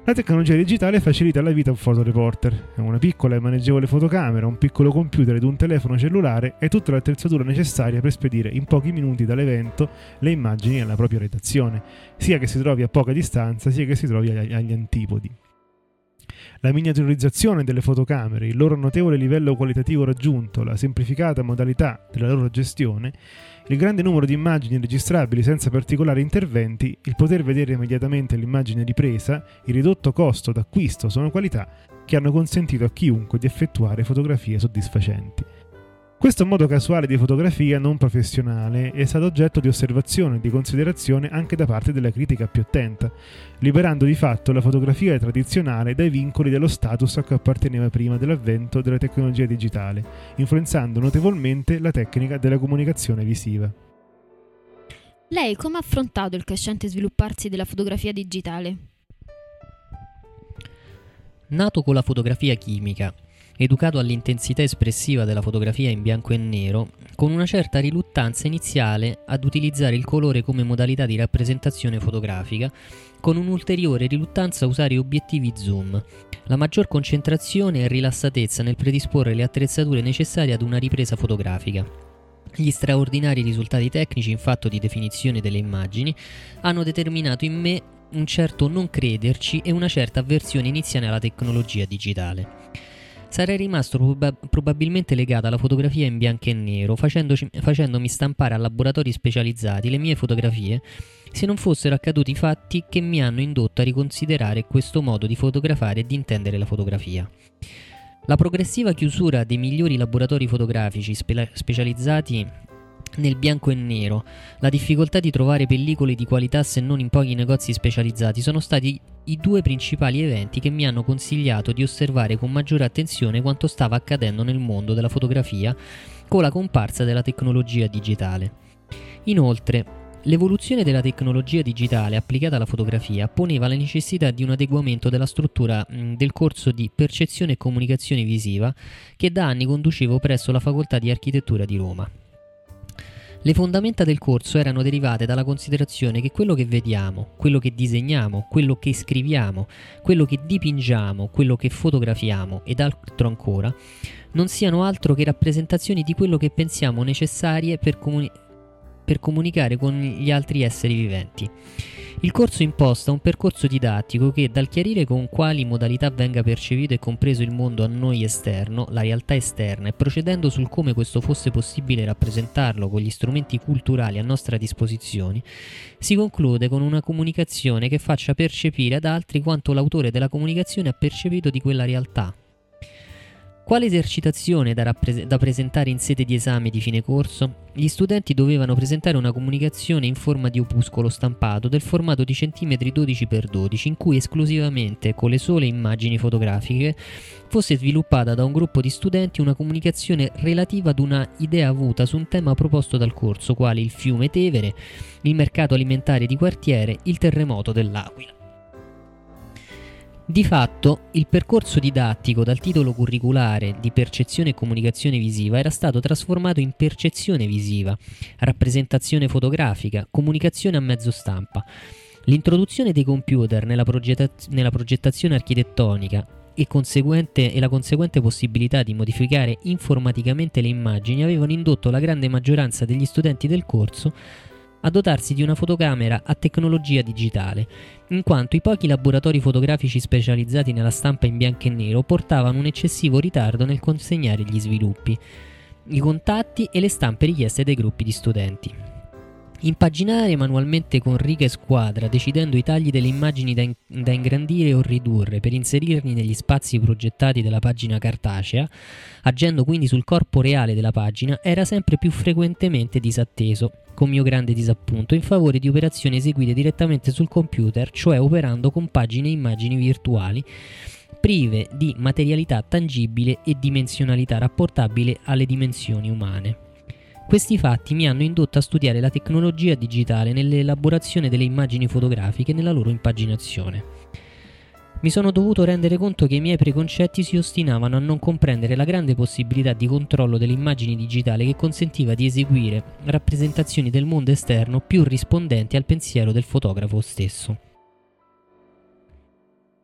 La tecnologia digitale facilita la vita a un fotoreporter. Una piccola e maneggevole fotocamera, un piccolo computer ed un telefono cellulare è tutta l'attrezzatura necessaria per spedire in pochi minuti dall'evento le immagini alla propria redazione, sia che si trovi a poca distanza, sia che si trovi agli antipodi. La miniaturizzazione delle fotocamere, il loro notevole livello qualitativo raggiunto, la semplificata modalità della loro gestione, il grande numero di immagini registrabili senza particolari interventi, il poter vedere immediatamente l'immagine ripresa, il ridotto costo d'acquisto sono qualità che hanno consentito a chiunque di effettuare fotografie soddisfacenti. Questo modo casuale di fotografia non professionale è stato oggetto di osservazione e di considerazione anche da parte della critica più attenta, liberando di fatto la fotografia tradizionale dai vincoli dello status a cui apparteneva prima dell'avvento della tecnologia digitale, influenzando notevolmente la tecnica della comunicazione visiva. Lei come ha affrontato il crescente svilupparsi della fotografia digitale? Nato con la fotografia chimica, educato all'intensità espressiva della fotografia in bianco e nero, con una certa riluttanza iniziale ad utilizzare il colore come modalità di rappresentazione fotografica, con un'ulteriore riluttanza a usare obiettivi zoom, la maggior concentrazione e rilassatezza nel predisporre le attrezzature necessarie ad una ripresa fotografica. Gli straordinari risultati tecnici in fatto di definizione delle immagini hanno determinato in me un certo non crederci e una certa avversione iniziale alla tecnologia digitale. Sarei rimasto probabilmente legato alla fotografia in bianco e nero, facendomi stampare a laboratori specializzati le mie fotografie, se non fossero accaduti fatti che mi hanno indotto a riconsiderare questo modo di fotografare e di intendere la fotografia. La progressiva chiusura dei migliori laboratori fotografici specializzati nel bianco e nero, la difficoltà di trovare pellicole di qualità se non in pochi negozi specializzati sono stati i due principali eventi che mi hanno consigliato di osservare con maggiore attenzione quanto stava accadendo nel mondo della fotografia con la comparsa della tecnologia digitale. Inoltre, l'evoluzione della tecnologia digitale applicata alla fotografia poneva la necessità di un adeguamento della struttura del corso di percezione e comunicazione visiva che da anni conducevo presso la Facoltà di Architettura di Roma. Le fondamenta del corso erano derivate dalla considerazione che quello che vediamo, quello che disegniamo, quello che scriviamo, quello che dipingiamo, quello che fotografiamo ed altro ancora, non siano altro che rappresentazioni di quello che pensiamo necessarie per comunicare con gli altri esseri viventi. Il corso imposta un percorso didattico che, dal chiarire con quali modalità venga percepito e compreso il mondo a noi esterno, la realtà esterna, e procedendo sul come questo fosse possibile rappresentarlo con gli strumenti culturali a nostra disposizione, si conclude con una comunicazione che faccia percepire ad altri quanto l'autore della comunicazione ha percepito di quella realtà. Quale esercitazione da presentare in sede di esame di fine corso? Gli studenti dovevano presentare una comunicazione in forma di opuscolo stampato del formato di centimetri 12x12, in cui esclusivamente con le sole immagini fotografiche fosse sviluppata da un gruppo di studenti una comunicazione relativa ad una idea avuta su un tema proposto dal corso, quali il fiume Tevere, il mercato alimentare di quartiere, il terremoto dell'Aquila. Di fatto, il percorso didattico dal titolo curriculare di percezione e comunicazione visiva era stato trasformato in percezione visiva, rappresentazione fotografica, comunicazione a mezzo stampa. L'introduzione dei computer nella progettazione architettonica e la conseguente possibilità di modificare informaticamente le immagini avevano indotto la grande maggioranza degli studenti del corso a dotarsi di una fotocamera a tecnologia digitale, in quanto i pochi laboratori fotografici specializzati nella stampa in bianco e nero portavano un eccessivo ritardo nel consegnare gli sviluppi, i contatti e le stampe richieste dai gruppi di studenti. Impaginare manualmente con riga e squadra, decidendo i tagli delle immagini da ingrandire o ridurre per inserirli negli spazi progettati della pagina cartacea, agendo quindi sul corpo reale della pagina, era sempre più frequentemente disatteso, con mio grande disappunto, in favore di operazioni eseguite direttamente sul computer, cioè operando con pagine e immagini virtuali, prive di materialità tangibile e dimensionalità rapportabile alle dimensioni umane. Questi fatti mi hanno indotto a studiare la tecnologia digitale nell'elaborazione delle immagini fotografiche e nella loro impaginazione. Mi sono dovuto rendere conto che i miei preconcetti si ostinavano a non comprendere la grande possibilità di controllo delle immagini digitali che consentiva di eseguire rappresentazioni del mondo esterno più rispondenti al pensiero del fotografo stesso.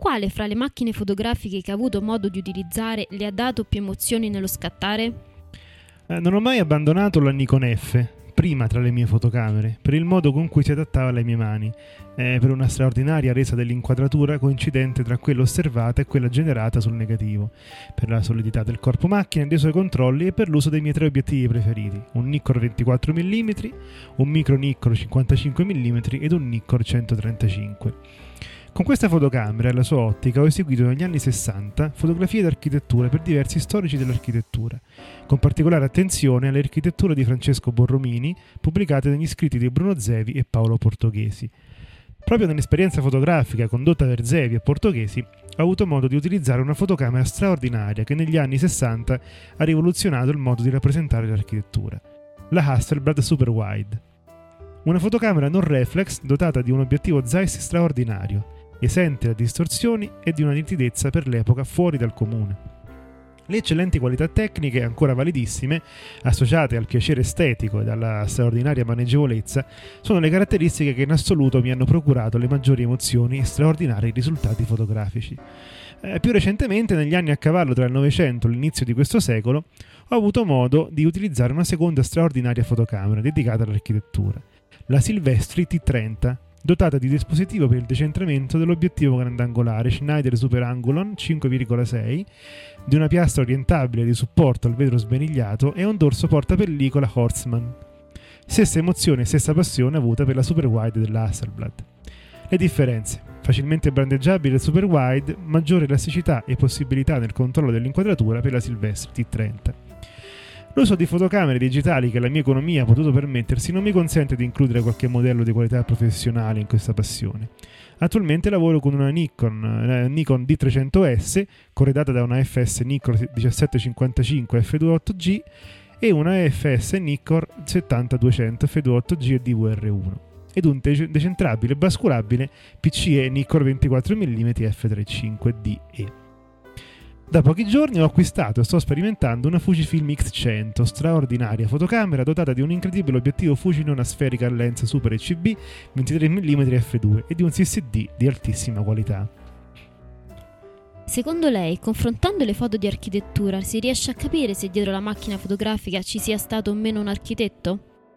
quale fra le macchine fotografiche che ha avuto modo di utilizzare le ha dato più emozioni nello scattare? Non ho mai abbandonato la Nikon F, prima tra le mie fotocamere, per il modo con cui si adattava alle mie mani, per una straordinaria resa dell'inquadratura coincidente tra quella osservata e quella generata sul negativo, per la solidità del corpo macchina e dei suoi controlli e per l'uso dei miei 3 obiettivi preferiti, un Nikkor 24 mm, un micro Nikkor 55 mm ed un Nikkor 135. Con questa fotocamera e la sua ottica ho eseguito negli anni 60 fotografie d'architettura per diversi storici dell'architettura, con particolare attenzione alle architetture di Francesco Borromini pubblicate negli scritti di Bruno Zevi e Paolo Portoghesi. Proprio nell'esperienza fotografica condotta per Zevi e Portoghesi ho avuto modo di utilizzare una fotocamera straordinaria che negli anni 60 ha rivoluzionato il modo di rappresentare l'architettura, la Hasselblad Super Wide. Una fotocamera non reflex dotata di un obiettivo Zeiss straordinario, esente da distorsioni e di una nitidezza per l'epoca fuori dal comune. Le eccellenti qualità tecniche, ancora validissime, associate al piacere estetico e alla straordinaria maneggevolezza, sono le caratteristiche che in assoluto mi hanno procurato le maggiori emozioni e straordinari risultati fotografici. Più recentemente, negli anni a cavallo tra il Novecento e l'inizio di questo secolo, ho avuto modo di utilizzare una seconda straordinaria fotocamera dedicata all'architettura, la Silvestri T30, dotata di dispositivo per il decentramento dell'obiettivo grandangolare Schneider Super Angulon 5,6, di una piastra orientabile di supporto al vetro sbenigliato e un dorso portapellicola Horstmann. Stessa emozione e stessa passione avuta per la Super Wide della Hasselblad. Le differenze: facilmente brandeggiabile il Super Wide, maggiore elasticità e possibilità nel controllo dell'inquadratura per la Silvestri T30. L'uso di fotocamere digitali che la mia economia ha potuto permettersi non mi consente di includere qualche modello di qualità professionale in questa passione. Attualmente lavoro con una Nikon D300S, corredata da una FS Nikon 1755 f2.8G e una EFS Nikon 70-200 f2.8G e DVR1, ed un decentrabile basculabile PCE Nikon 24 mm f3.5DE. Da pochi giorni ho acquistato e sto sperimentando una Fujifilm X100, straordinaria fotocamera dotata di un incredibile obiettivo Fuji non aspherical lens Super HB 23 mm f2 e di un CCD di altissima qualità. Secondo lei, confrontando le foto di architettura, si riesce a capire se dietro la macchina fotografica ci sia stato o meno un architetto?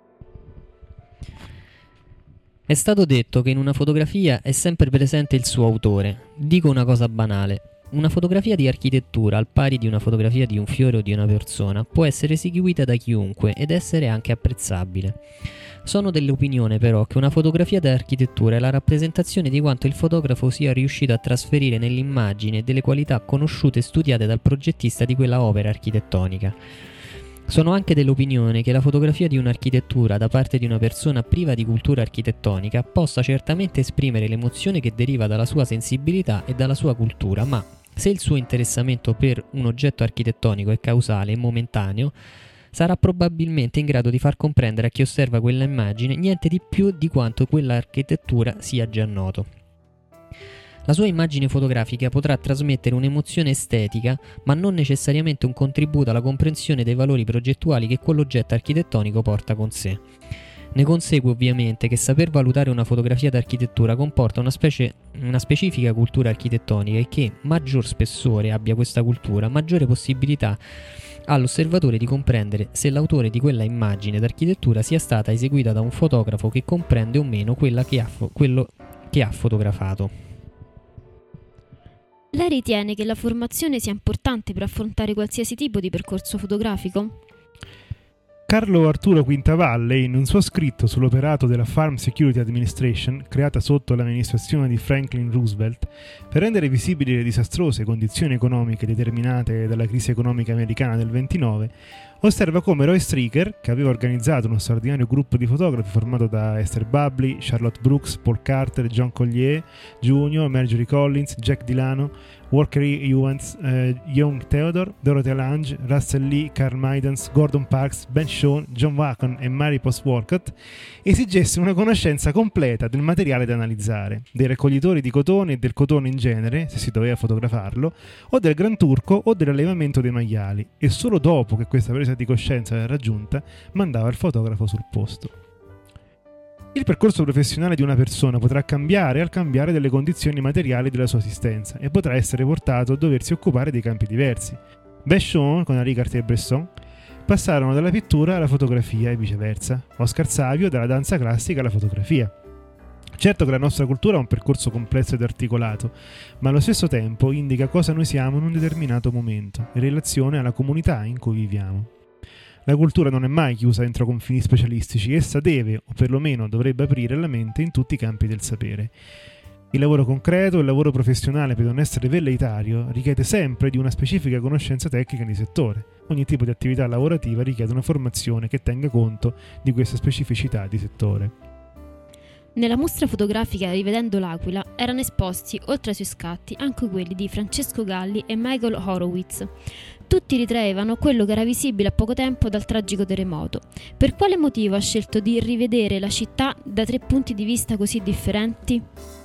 È stato detto che in una fotografia è sempre presente il suo autore. Dico una cosa banale. Una fotografia di architettura, al pari di una fotografia di un fiore o di una persona, può essere eseguita da chiunque ed essere anche apprezzabile. Sono dell'opinione però che una fotografia d'architettura è la rappresentazione di quanto il fotografo sia riuscito a trasferire nell'immagine delle qualità conosciute e studiate dal progettista di quella opera architettonica. Sono anche dell'opinione che la fotografia di un'architettura da parte di una persona priva di cultura architettonica possa certamente esprimere l'emozione che deriva dalla sua sensibilità e dalla sua cultura, ma se il suo interessamento per un oggetto architettonico è causale e momentaneo, sarà probabilmente in grado di far comprendere a chi osserva quella immagine niente di più di quanto quell'architettura sia già noto. La sua immagine fotografica potrà trasmettere un'emozione estetica, ma non necessariamente un contributo alla comprensione dei valori progettuali che quell'oggetto architettonico porta con sé. Ne consegue ovviamente che saper valutare una fotografia d'architettura comporta una specifica cultura architettonica e che maggior spessore abbia questa cultura, maggiore possibilità all'osservatore di comprendere se l'autore di quella immagine d'architettura sia stata eseguita da un fotografo che comprende o meno quello che ha fotografato. Lei ritiene che la formazione sia importante per affrontare qualsiasi tipo di percorso fotografico? Carlo Arturo Quintavalle, in un suo scritto sull'operato della Farm Security Administration, creata sotto l'amministrazione di Franklin Roosevelt, per rendere visibili le disastrose condizioni economiche determinate dalla crisi economica americana del 29, osserva come Roy Stryker, che aveva organizzato uno straordinario gruppo di fotografi formato da Esther Bubley, Charlotte Brooks, Paul Carter, John Collier Jr., Marjorie Collins, Jack Delano, Walker Evans, Young Theodore, Dorothea Lange, Russell Lee, Carl Maidens, Gordon Parks, Ben Shawn, John Wacon e Mary Post Walcott, esigesse una conoscenza completa del materiale da analizzare, dei raccoglitori di cotone e del cotone in genere, se si doveva fotografarlo, o del gran turco o dell'allevamento dei maiali, e solo dopo che questa presa di coscienza era raggiunta mandava il fotografo sul posto. Il percorso professionale di una persona potrà cambiare al cambiare delle condizioni materiali della sua esistenza e potrà essere portato a doversi occupare di campi diversi. Béchon, con Henri Cartier-Bresson, passarono dalla pittura alla fotografia e viceversa. Oscar Savio dalla danza classica alla fotografia. Certo che la nostra cultura ha un percorso complesso ed articolato, ma allo stesso tempo indica cosa noi siamo in un determinato momento, in relazione alla comunità in cui viviamo. La cultura non è mai chiusa entro confini specialistici, essa deve, o perlomeno dovrebbe aprire la mente in tutti i campi del sapere. Il lavoro concreto, il lavoro professionale per non essere velleitario, richiede sempre di una specifica conoscenza tecnica di settore. Ogni tipo di attività lavorativa richiede una formazione che tenga conto di questa specificità di settore. Nella mostra fotografica Rivedendo l'Aquila erano esposti, oltre ai suoi scatti, anche quelli di Francesco Galli e Michael Horowitz. Tutti ritraevano quello che era visibile a poco tempo dal tragico terremoto. Per quale motivo ha scelto di rivedere la città da 3 punti di vista così differenti?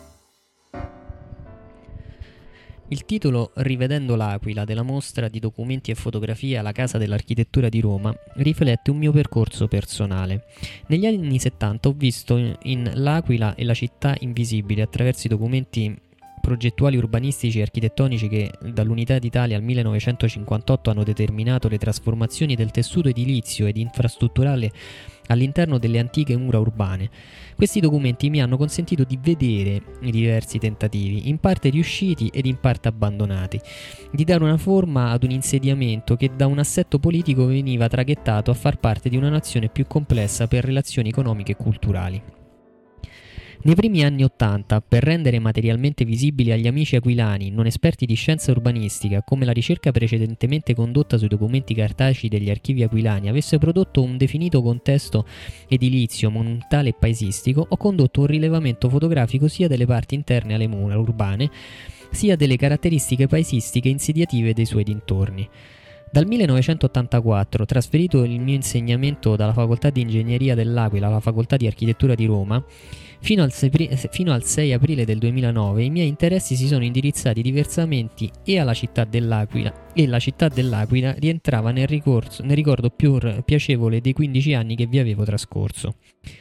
Il titolo Rivedendo l'Aquila della mostra di documenti e fotografie alla Casa dell'Architettura di Roma riflette un mio percorso personale. Negli anni 70 ho visto in L'Aquila e la città invisibile attraverso i documenti progettuali urbanistici e architettonici che dall'Unità d'Italia al 1958 hanno determinato le trasformazioni del tessuto edilizio ed infrastrutturale all'interno delle antiche mura urbane. Questi documenti mi hanno consentito di vedere i diversi tentativi, in parte riusciti ed in parte abbandonati, di dare una forma ad un insediamento che da un assetto politico veniva traghettato a far parte di una nazione più complessa per relazioni economiche e culturali. Nei primi anni '80, per rendere materialmente visibili agli amici aquilani non esperti di scienza urbanistica come la ricerca precedentemente condotta sui documenti cartacei degli archivi aquilani avesse prodotto un definito contesto edilizio, monumentale e paesistico, ho condotto un rilevamento fotografico sia delle parti interne alle mura urbane, sia delle caratteristiche paesistiche insediative dei suoi dintorni. Dal 1984, trasferito il mio insegnamento dalla Facoltà di Ingegneria dell'Aquila alla Facoltà di Architettura di Roma, fino al 6 aprile del 2009 i miei interessi si sono indirizzati diversamente e alla città dell'Aquila, e la città dell'Aquila rientrava nel ricordo più piacevole dei 15 anni che vi avevo trascorso.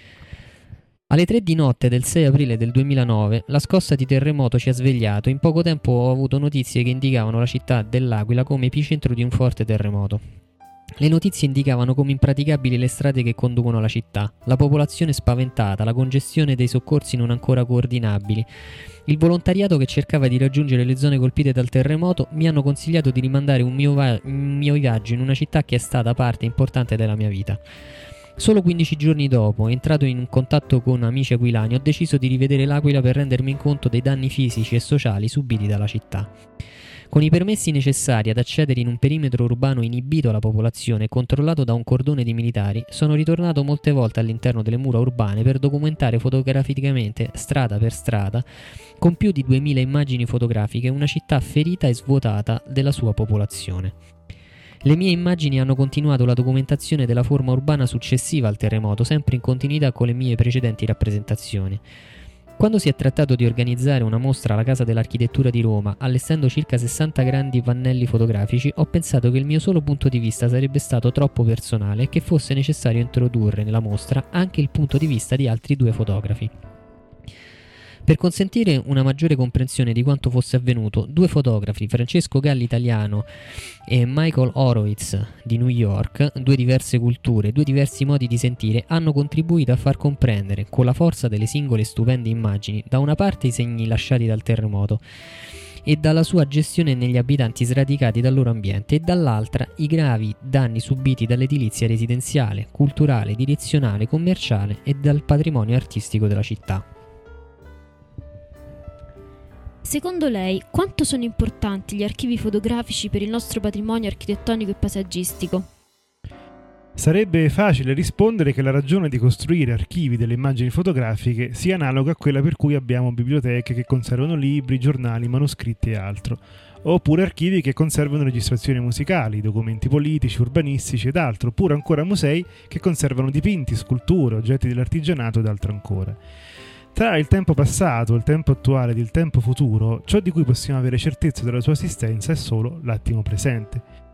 Alle 3 di notte del 6 aprile del 2009 la scossa di terremoto ci ha svegliato. In poco tempo ho avuto notizie che indicavano la città dell'Aquila come epicentro di un forte terremoto. Le notizie indicavano come impraticabili le strade che conducono alla città, la popolazione spaventata, la congestione dei soccorsi non ancora coordinabili. Il volontariato che cercava di raggiungere le zone colpite dal terremoto mi hanno consigliato di rimandare un mio viaggio in una città che è stata parte importante della mia vita. Solo 15 giorni dopo, entrato in contatto con amici aquilani, ho deciso di rivedere l'Aquila per rendermi conto dei danni fisici e sociali subiti dalla città. Con i permessi necessari ad accedere in un perimetro urbano inibito alla popolazione e controllato da un cordone di militari, sono ritornato molte volte all'interno delle mura urbane per documentare fotograficamente, strada per strada, con più di 2000 immagini fotografiche, una città ferita e svuotata della sua popolazione. Le mie immagini hanno continuato la documentazione della forma urbana successiva al terremoto, sempre in continuità con le mie precedenti rappresentazioni. Quando si è trattato di organizzare una mostra alla Casa dell'Architettura di Roma, allestendo circa 60 grandi pannelli fotografici, ho pensato che il mio solo punto di vista sarebbe stato troppo personale e che fosse necessario introdurre nella mostra anche il punto di vista di altri 2 fotografi. Per consentire una maggiore comprensione di quanto fosse avvenuto, 2 fotografi, Francesco Galli italiano e Michael Horowitz di New York, 2 diverse culture, 2 diversi modi di sentire, hanno contribuito a far comprendere, con la forza delle singole stupende immagini, da una parte i segni lasciati dal terremoto e dalla sua gestione negli abitanti sradicati dal loro ambiente, e dall'altra i gravi danni subiti dall'edilizia residenziale, culturale, direzionale, commerciale e dal patrimonio artistico della città. Secondo lei, quanto sono importanti gli archivi fotografici per il nostro patrimonio architettonico e paesaggistico? Sarebbe facile rispondere che la ragione di costruire archivi delle immagini fotografiche sia analoga a quella per cui abbiamo biblioteche che conservano libri, giornali, manoscritti e altro, oppure archivi che conservano registrazioni musicali, documenti politici, urbanistici ed altro, oppure ancora musei che conservano dipinti, sculture, oggetti dell'artigianato ed altro ancora. Tra il tempo passato, il tempo attuale ed il tempo futuro, ciò di cui possiamo avere certezza della sua esistenza è solo l'attimo presente.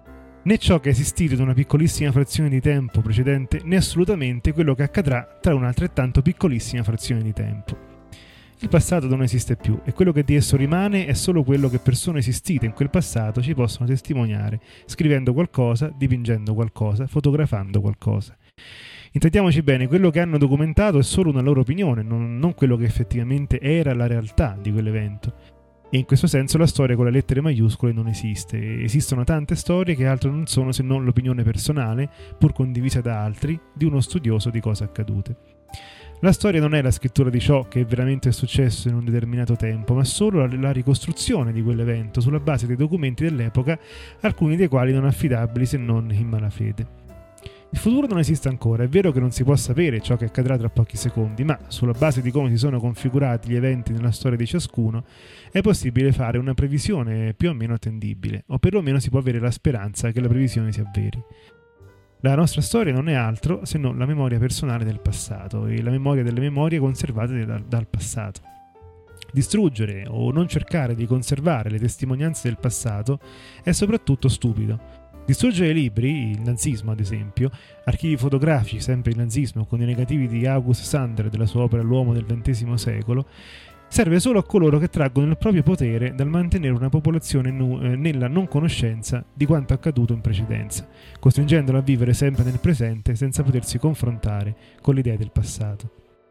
né ciò che è esistito in una piccolissima frazione di tempo precedente, né assolutamente quello che accadrà tra un'altrettanto piccolissima frazione di tempo. Il passato non esiste più e quello che di esso rimane è solo quello che persone esistite in quel passato ci possono testimoniare, scrivendo qualcosa, dipingendo qualcosa, fotografando qualcosa. Intendiamoci bene, quello che hanno documentato è solo una loro opinione, non quello che effettivamente era la realtà di quell'evento. E in questo senso la storia con le lettere maiuscole non esiste. Esistono tante storie che altro non sono se non l'opinione personale, pur condivisa da altri, di uno studioso di cose accadute. La storia non è la scrittura di ciò che veramente è successo in un determinato tempo, ma solo la ricostruzione di quell'evento sulla base dei documenti dell'epoca, alcuni dei quali non affidabili se non in malafede. Il futuro non esiste ancora, è vero che non si può sapere ciò che accadrà tra pochi secondi, ma sulla base di come si sono configurati gli eventi nella storia di ciascuno è possibile fare una previsione più o meno attendibile, o perlomeno si può avere la speranza che la previsione si avveri. La nostra storia non è altro se non la memoria personale del passato e la memoria delle memorie conservate dal passato. Distruggere o non cercare di conservare le testimonianze del passato è soprattutto stupido. Distruggere libri, il nazismo ad esempio, archivi fotografici, sempre il nazismo, con i negativi di August Sander della sua opera L'uomo del XX secolo, serve solo a coloro che traggono il proprio potere dal mantenere una popolazione nella non conoscenza di quanto accaduto in precedenza, costringendola a vivere sempre nel presente senza potersi confrontare con le idee del passato.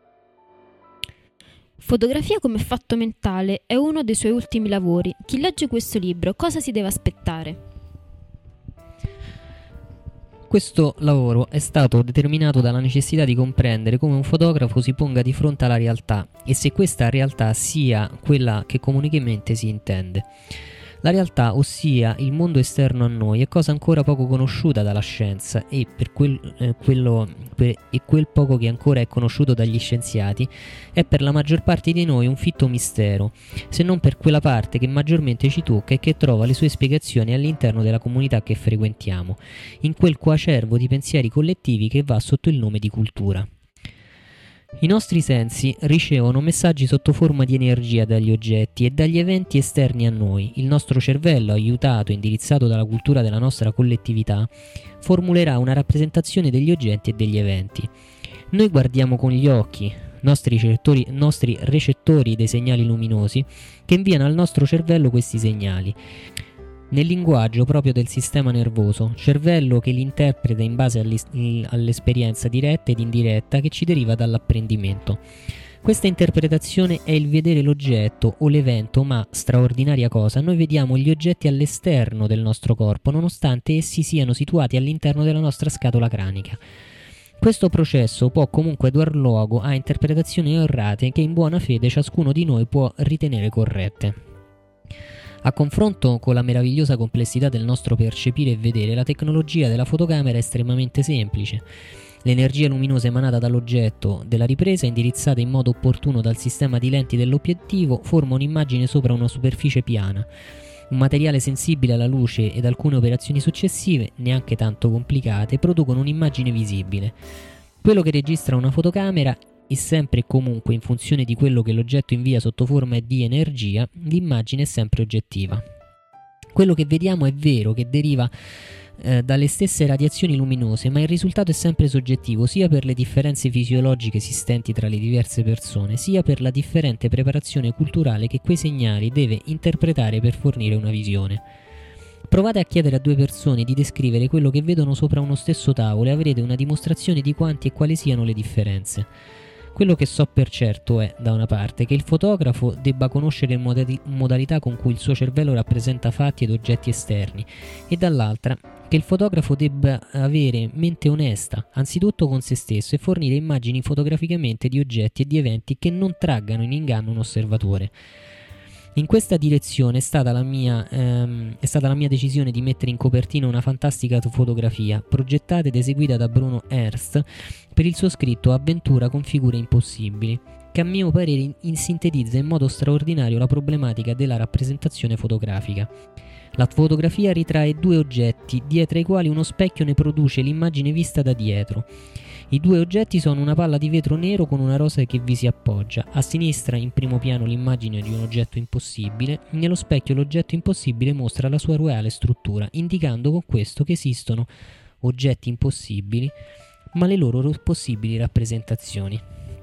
Fotografia come fatto mentale è uno dei suoi ultimi lavori. Chi legge questo libro cosa si deve aspettare? Questo lavoro è stato determinato dalla necessità di comprendere come un fotografo si ponga di fronte alla realtà e se questa realtà sia quella che comunemente si intende. La realtà, ossia il mondo esterno a noi, è cosa ancora poco conosciuta dalla scienza e quel poco che ancora è conosciuto dagli scienziati è per la maggior parte di noi un fitto mistero, se non per quella parte che maggiormente ci tocca e che trova le sue spiegazioni all'interno della comunità che frequentiamo, in quel coacervo di pensieri collettivi che va sotto il nome di cultura. I nostri sensi ricevono messaggi sotto forma di energia dagli oggetti e dagli eventi esterni a noi. Il nostro cervello, aiutato e indirizzato dalla cultura della nostra collettività, formulerà una rappresentazione degli oggetti e degli eventi. Noi guardiamo con gli occhi, nostri recettori dei segnali luminosi, che inviano al nostro cervello questi segnali. Nel linguaggio proprio del sistema nervoso, cervello che li interpreta in base all'esperienza diretta ed indiretta che ci deriva dall'apprendimento. Questa interpretazione è il vedere l'oggetto o l'evento, ma, straordinaria cosa, noi vediamo gli oggetti all'esterno del nostro corpo, nonostante essi siano situati all'interno della nostra scatola cranica. Questo processo può comunque dar luogo a interpretazioni errate che in buona fede ciascuno di noi può ritenere corrette. A confronto con la meravigliosa complessità del nostro percepire e vedere, la tecnologia della fotocamera è estremamente semplice. L'energia luminosa emanata dall'oggetto della ripresa, indirizzata in modo opportuno dal sistema di lenti dell'obiettivo, forma un'immagine sopra una superficie piana. Un materiale sensibile alla luce ed alcune operazioni successive, neanche tanto complicate, producono un'immagine visibile. Quello che registra una fotocamera e sempre e comunque in funzione di quello che l'oggetto invia sotto forma di energia, l'immagine è sempre oggettiva. Quello che vediamo è vero che deriva dalle stesse radiazioni luminose, ma il risultato è sempre soggettivo, sia per le differenze fisiologiche esistenti tra le diverse persone, sia per la differente preparazione culturale che quei segnali deve interpretare per fornire una visione. Provate a chiedere a due persone di descrivere quello che vedono sopra uno stesso tavolo e avrete una dimostrazione di quanti e quali siano le differenze. Quello che so per certo è, da una parte, che il fotografo debba conoscere le modalità con cui il suo cervello rappresenta fatti ed oggetti esterni, e dall'altra che il fotografo debba avere mente onesta, anzitutto con se stesso, e fornire immagini fotograficamente di oggetti e di eventi che non traggano in inganno un osservatore. In questa direzione è stata la mia decisione di mettere in copertina una fantastica fotografia, progettata ed eseguita da Bruno Ernst per il suo scritto Avventura con figure impossibili, che a mio parere sintetizza in modo straordinario la problematica della rappresentazione fotografica. La fotografia ritrae due oggetti, dietro ai quali uno specchio ne produce l'immagine vista da dietro. I due oggetti sono una palla di vetro nero con una rosa che vi si appoggia. A sinistra in primo piano l'immagine di un oggetto impossibile. Nello specchio l'oggetto impossibile mostra la sua reale struttura, indicando con questo che esistono oggetti impossibili, ma le loro possibili rappresentazioni.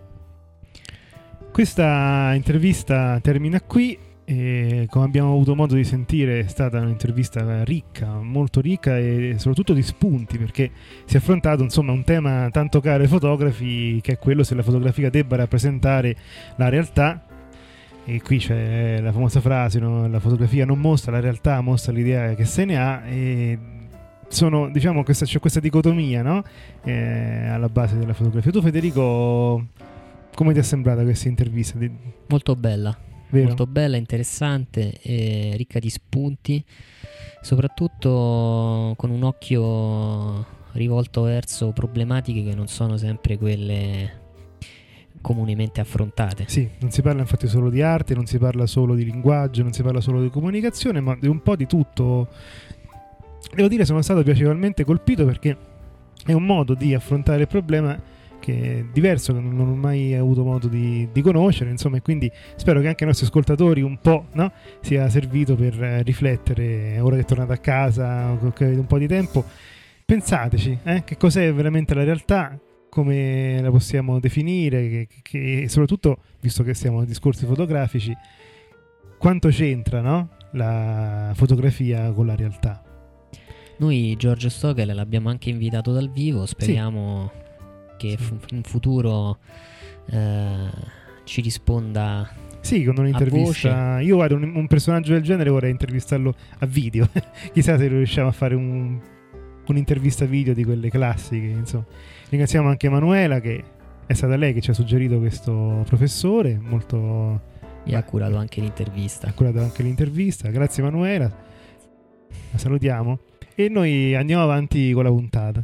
Questa intervista termina qui. E come abbiamo avuto modo di sentire è stata un'intervista ricca, molto ricca e soprattutto di spunti, perché si è affrontato insomma un tema tanto caro ai fotografi, che è quello se la fotografia debba rappresentare la realtà. E qui c'è la famosa frase, no? La fotografia non mostra la realtà, mostra l'idea che se ne ha. E sono, diciamo, c'è questa dicotomia, no? Alla base della fotografia. Tu, Federico, come ti è sembrata questa intervista? Molto bella. Vero? Molto bella, interessante, ricca di spunti, soprattutto con un occhio rivolto verso problematiche che non sono sempre quelle comunemente affrontate. Sì, non si parla infatti solo di arte, non si parla solo di linguaggio, non si parla solo di comunicazione, ma di un po' di tutto. Devo dire, sono stato piacevolmente colpito, perché è un modo di affrontare il problema che è diverso, che non ho mai avuto modo di conoscere, insomma, e quindi spero che anche ai nostri ascoltatori un po', no, sia servito per riflettere, ora che tornate a casa o che avete un po' di tempo. Pensateci, che cos'è veramente la realtà, come la possiamo definire, che soprattutto, visto che siamo a discorsi fotografici, quanto c'entra, no, la fotografia con la realtà. Noi Giorgio Stockel l'abbiamo anche invitato dal vivo, speriamo che in futuro ci risponda. Sì, con un'intervista. Io guardo un personaggio del genere, vorrei intervistarlo a video. Chissà se riusciamo a fare un'intervista video di quelle classiche, insomma. Ringraziamo anche Manuela, che è stata lei che ci ha suggerito questo professore molto. E ha curato anche l'intervista. Grazie Manuela, la salutiamo e noi andiamo avanti con la puntata.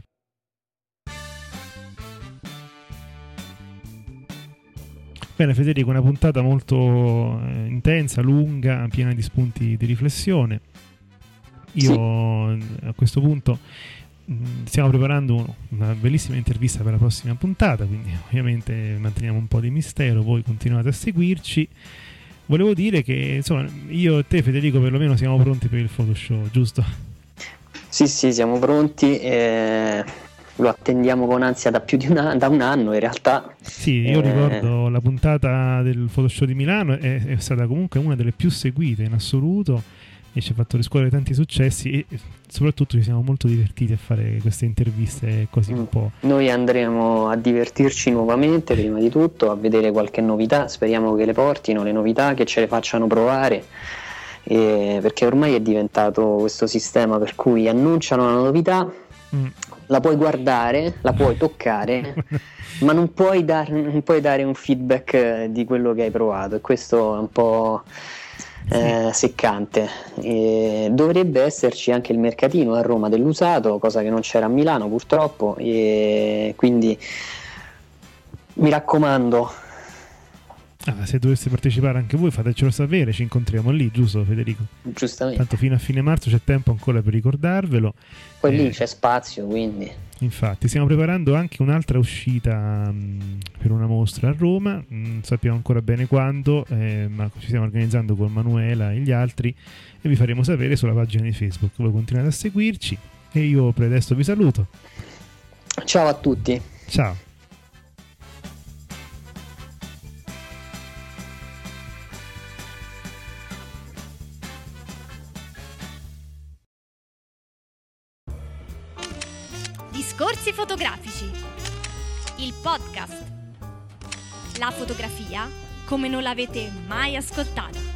Bene Federico, una puntata molto intensa, lunga, piena di spunti di riflessione. Io a questo punto stiamo preparando una bellissima intervista per la prossima puntata, quindi ovviamente manteniamo un po' di mistero, voi continuate a seguirci. Volevo dire che insomma io e te Federico perlomeno siamo pronti per il Photoshow, giusto? Sì, siamo pronti. Lo attendiamo con ansia da più da un anno in realtà. Sì, io ricordo la puntata del Photoshow di Milano, è stata comunque una delle più seguite in assoluto e ci ha fatto riscuotere tanti successi e soprattutto ci siamo molto divertiti a fare queste interviste così un po'. Noi andremo a divertirci nuovamente, prima di tutto, a vedere qualche novità, speriamo che le portino le novità, che ce le facciano provare, perché ormai è diventato questo sistema per cui annunciano una novità, la puoi guardare, la puoi toccare, ma non puoi dare un feedback di quello che hai provato, e questo è un po' seccante. Dovrebbe esserci anche il mercatino a Roma dell'usato, cosa che non c'era a Milano purtroppo, e quindi mi raccomando. Se doveste partecipare anche voi fatecelo sapere, ci incontriamo lì, giusto Federico? Giustamente. Tanto fino a fine marzo c'è tempo ancora per ricordarvelo. Poi lì c'è spazio, quindi. Infatti stiamo preparando anche un'altra uscita per una mostra a Roma, non sappiamo ancora bene quando, ma ci stiamo organizzando con Manuela e gli altri e vi faremo sapere sulla pagina di Facebook. Voi continuate a seguirci e io per adesso vi saluto. Ciao a tutti. Ciao. Discorsi fotografici, il podcast. La fotografia come non l'avete mai ascoltata.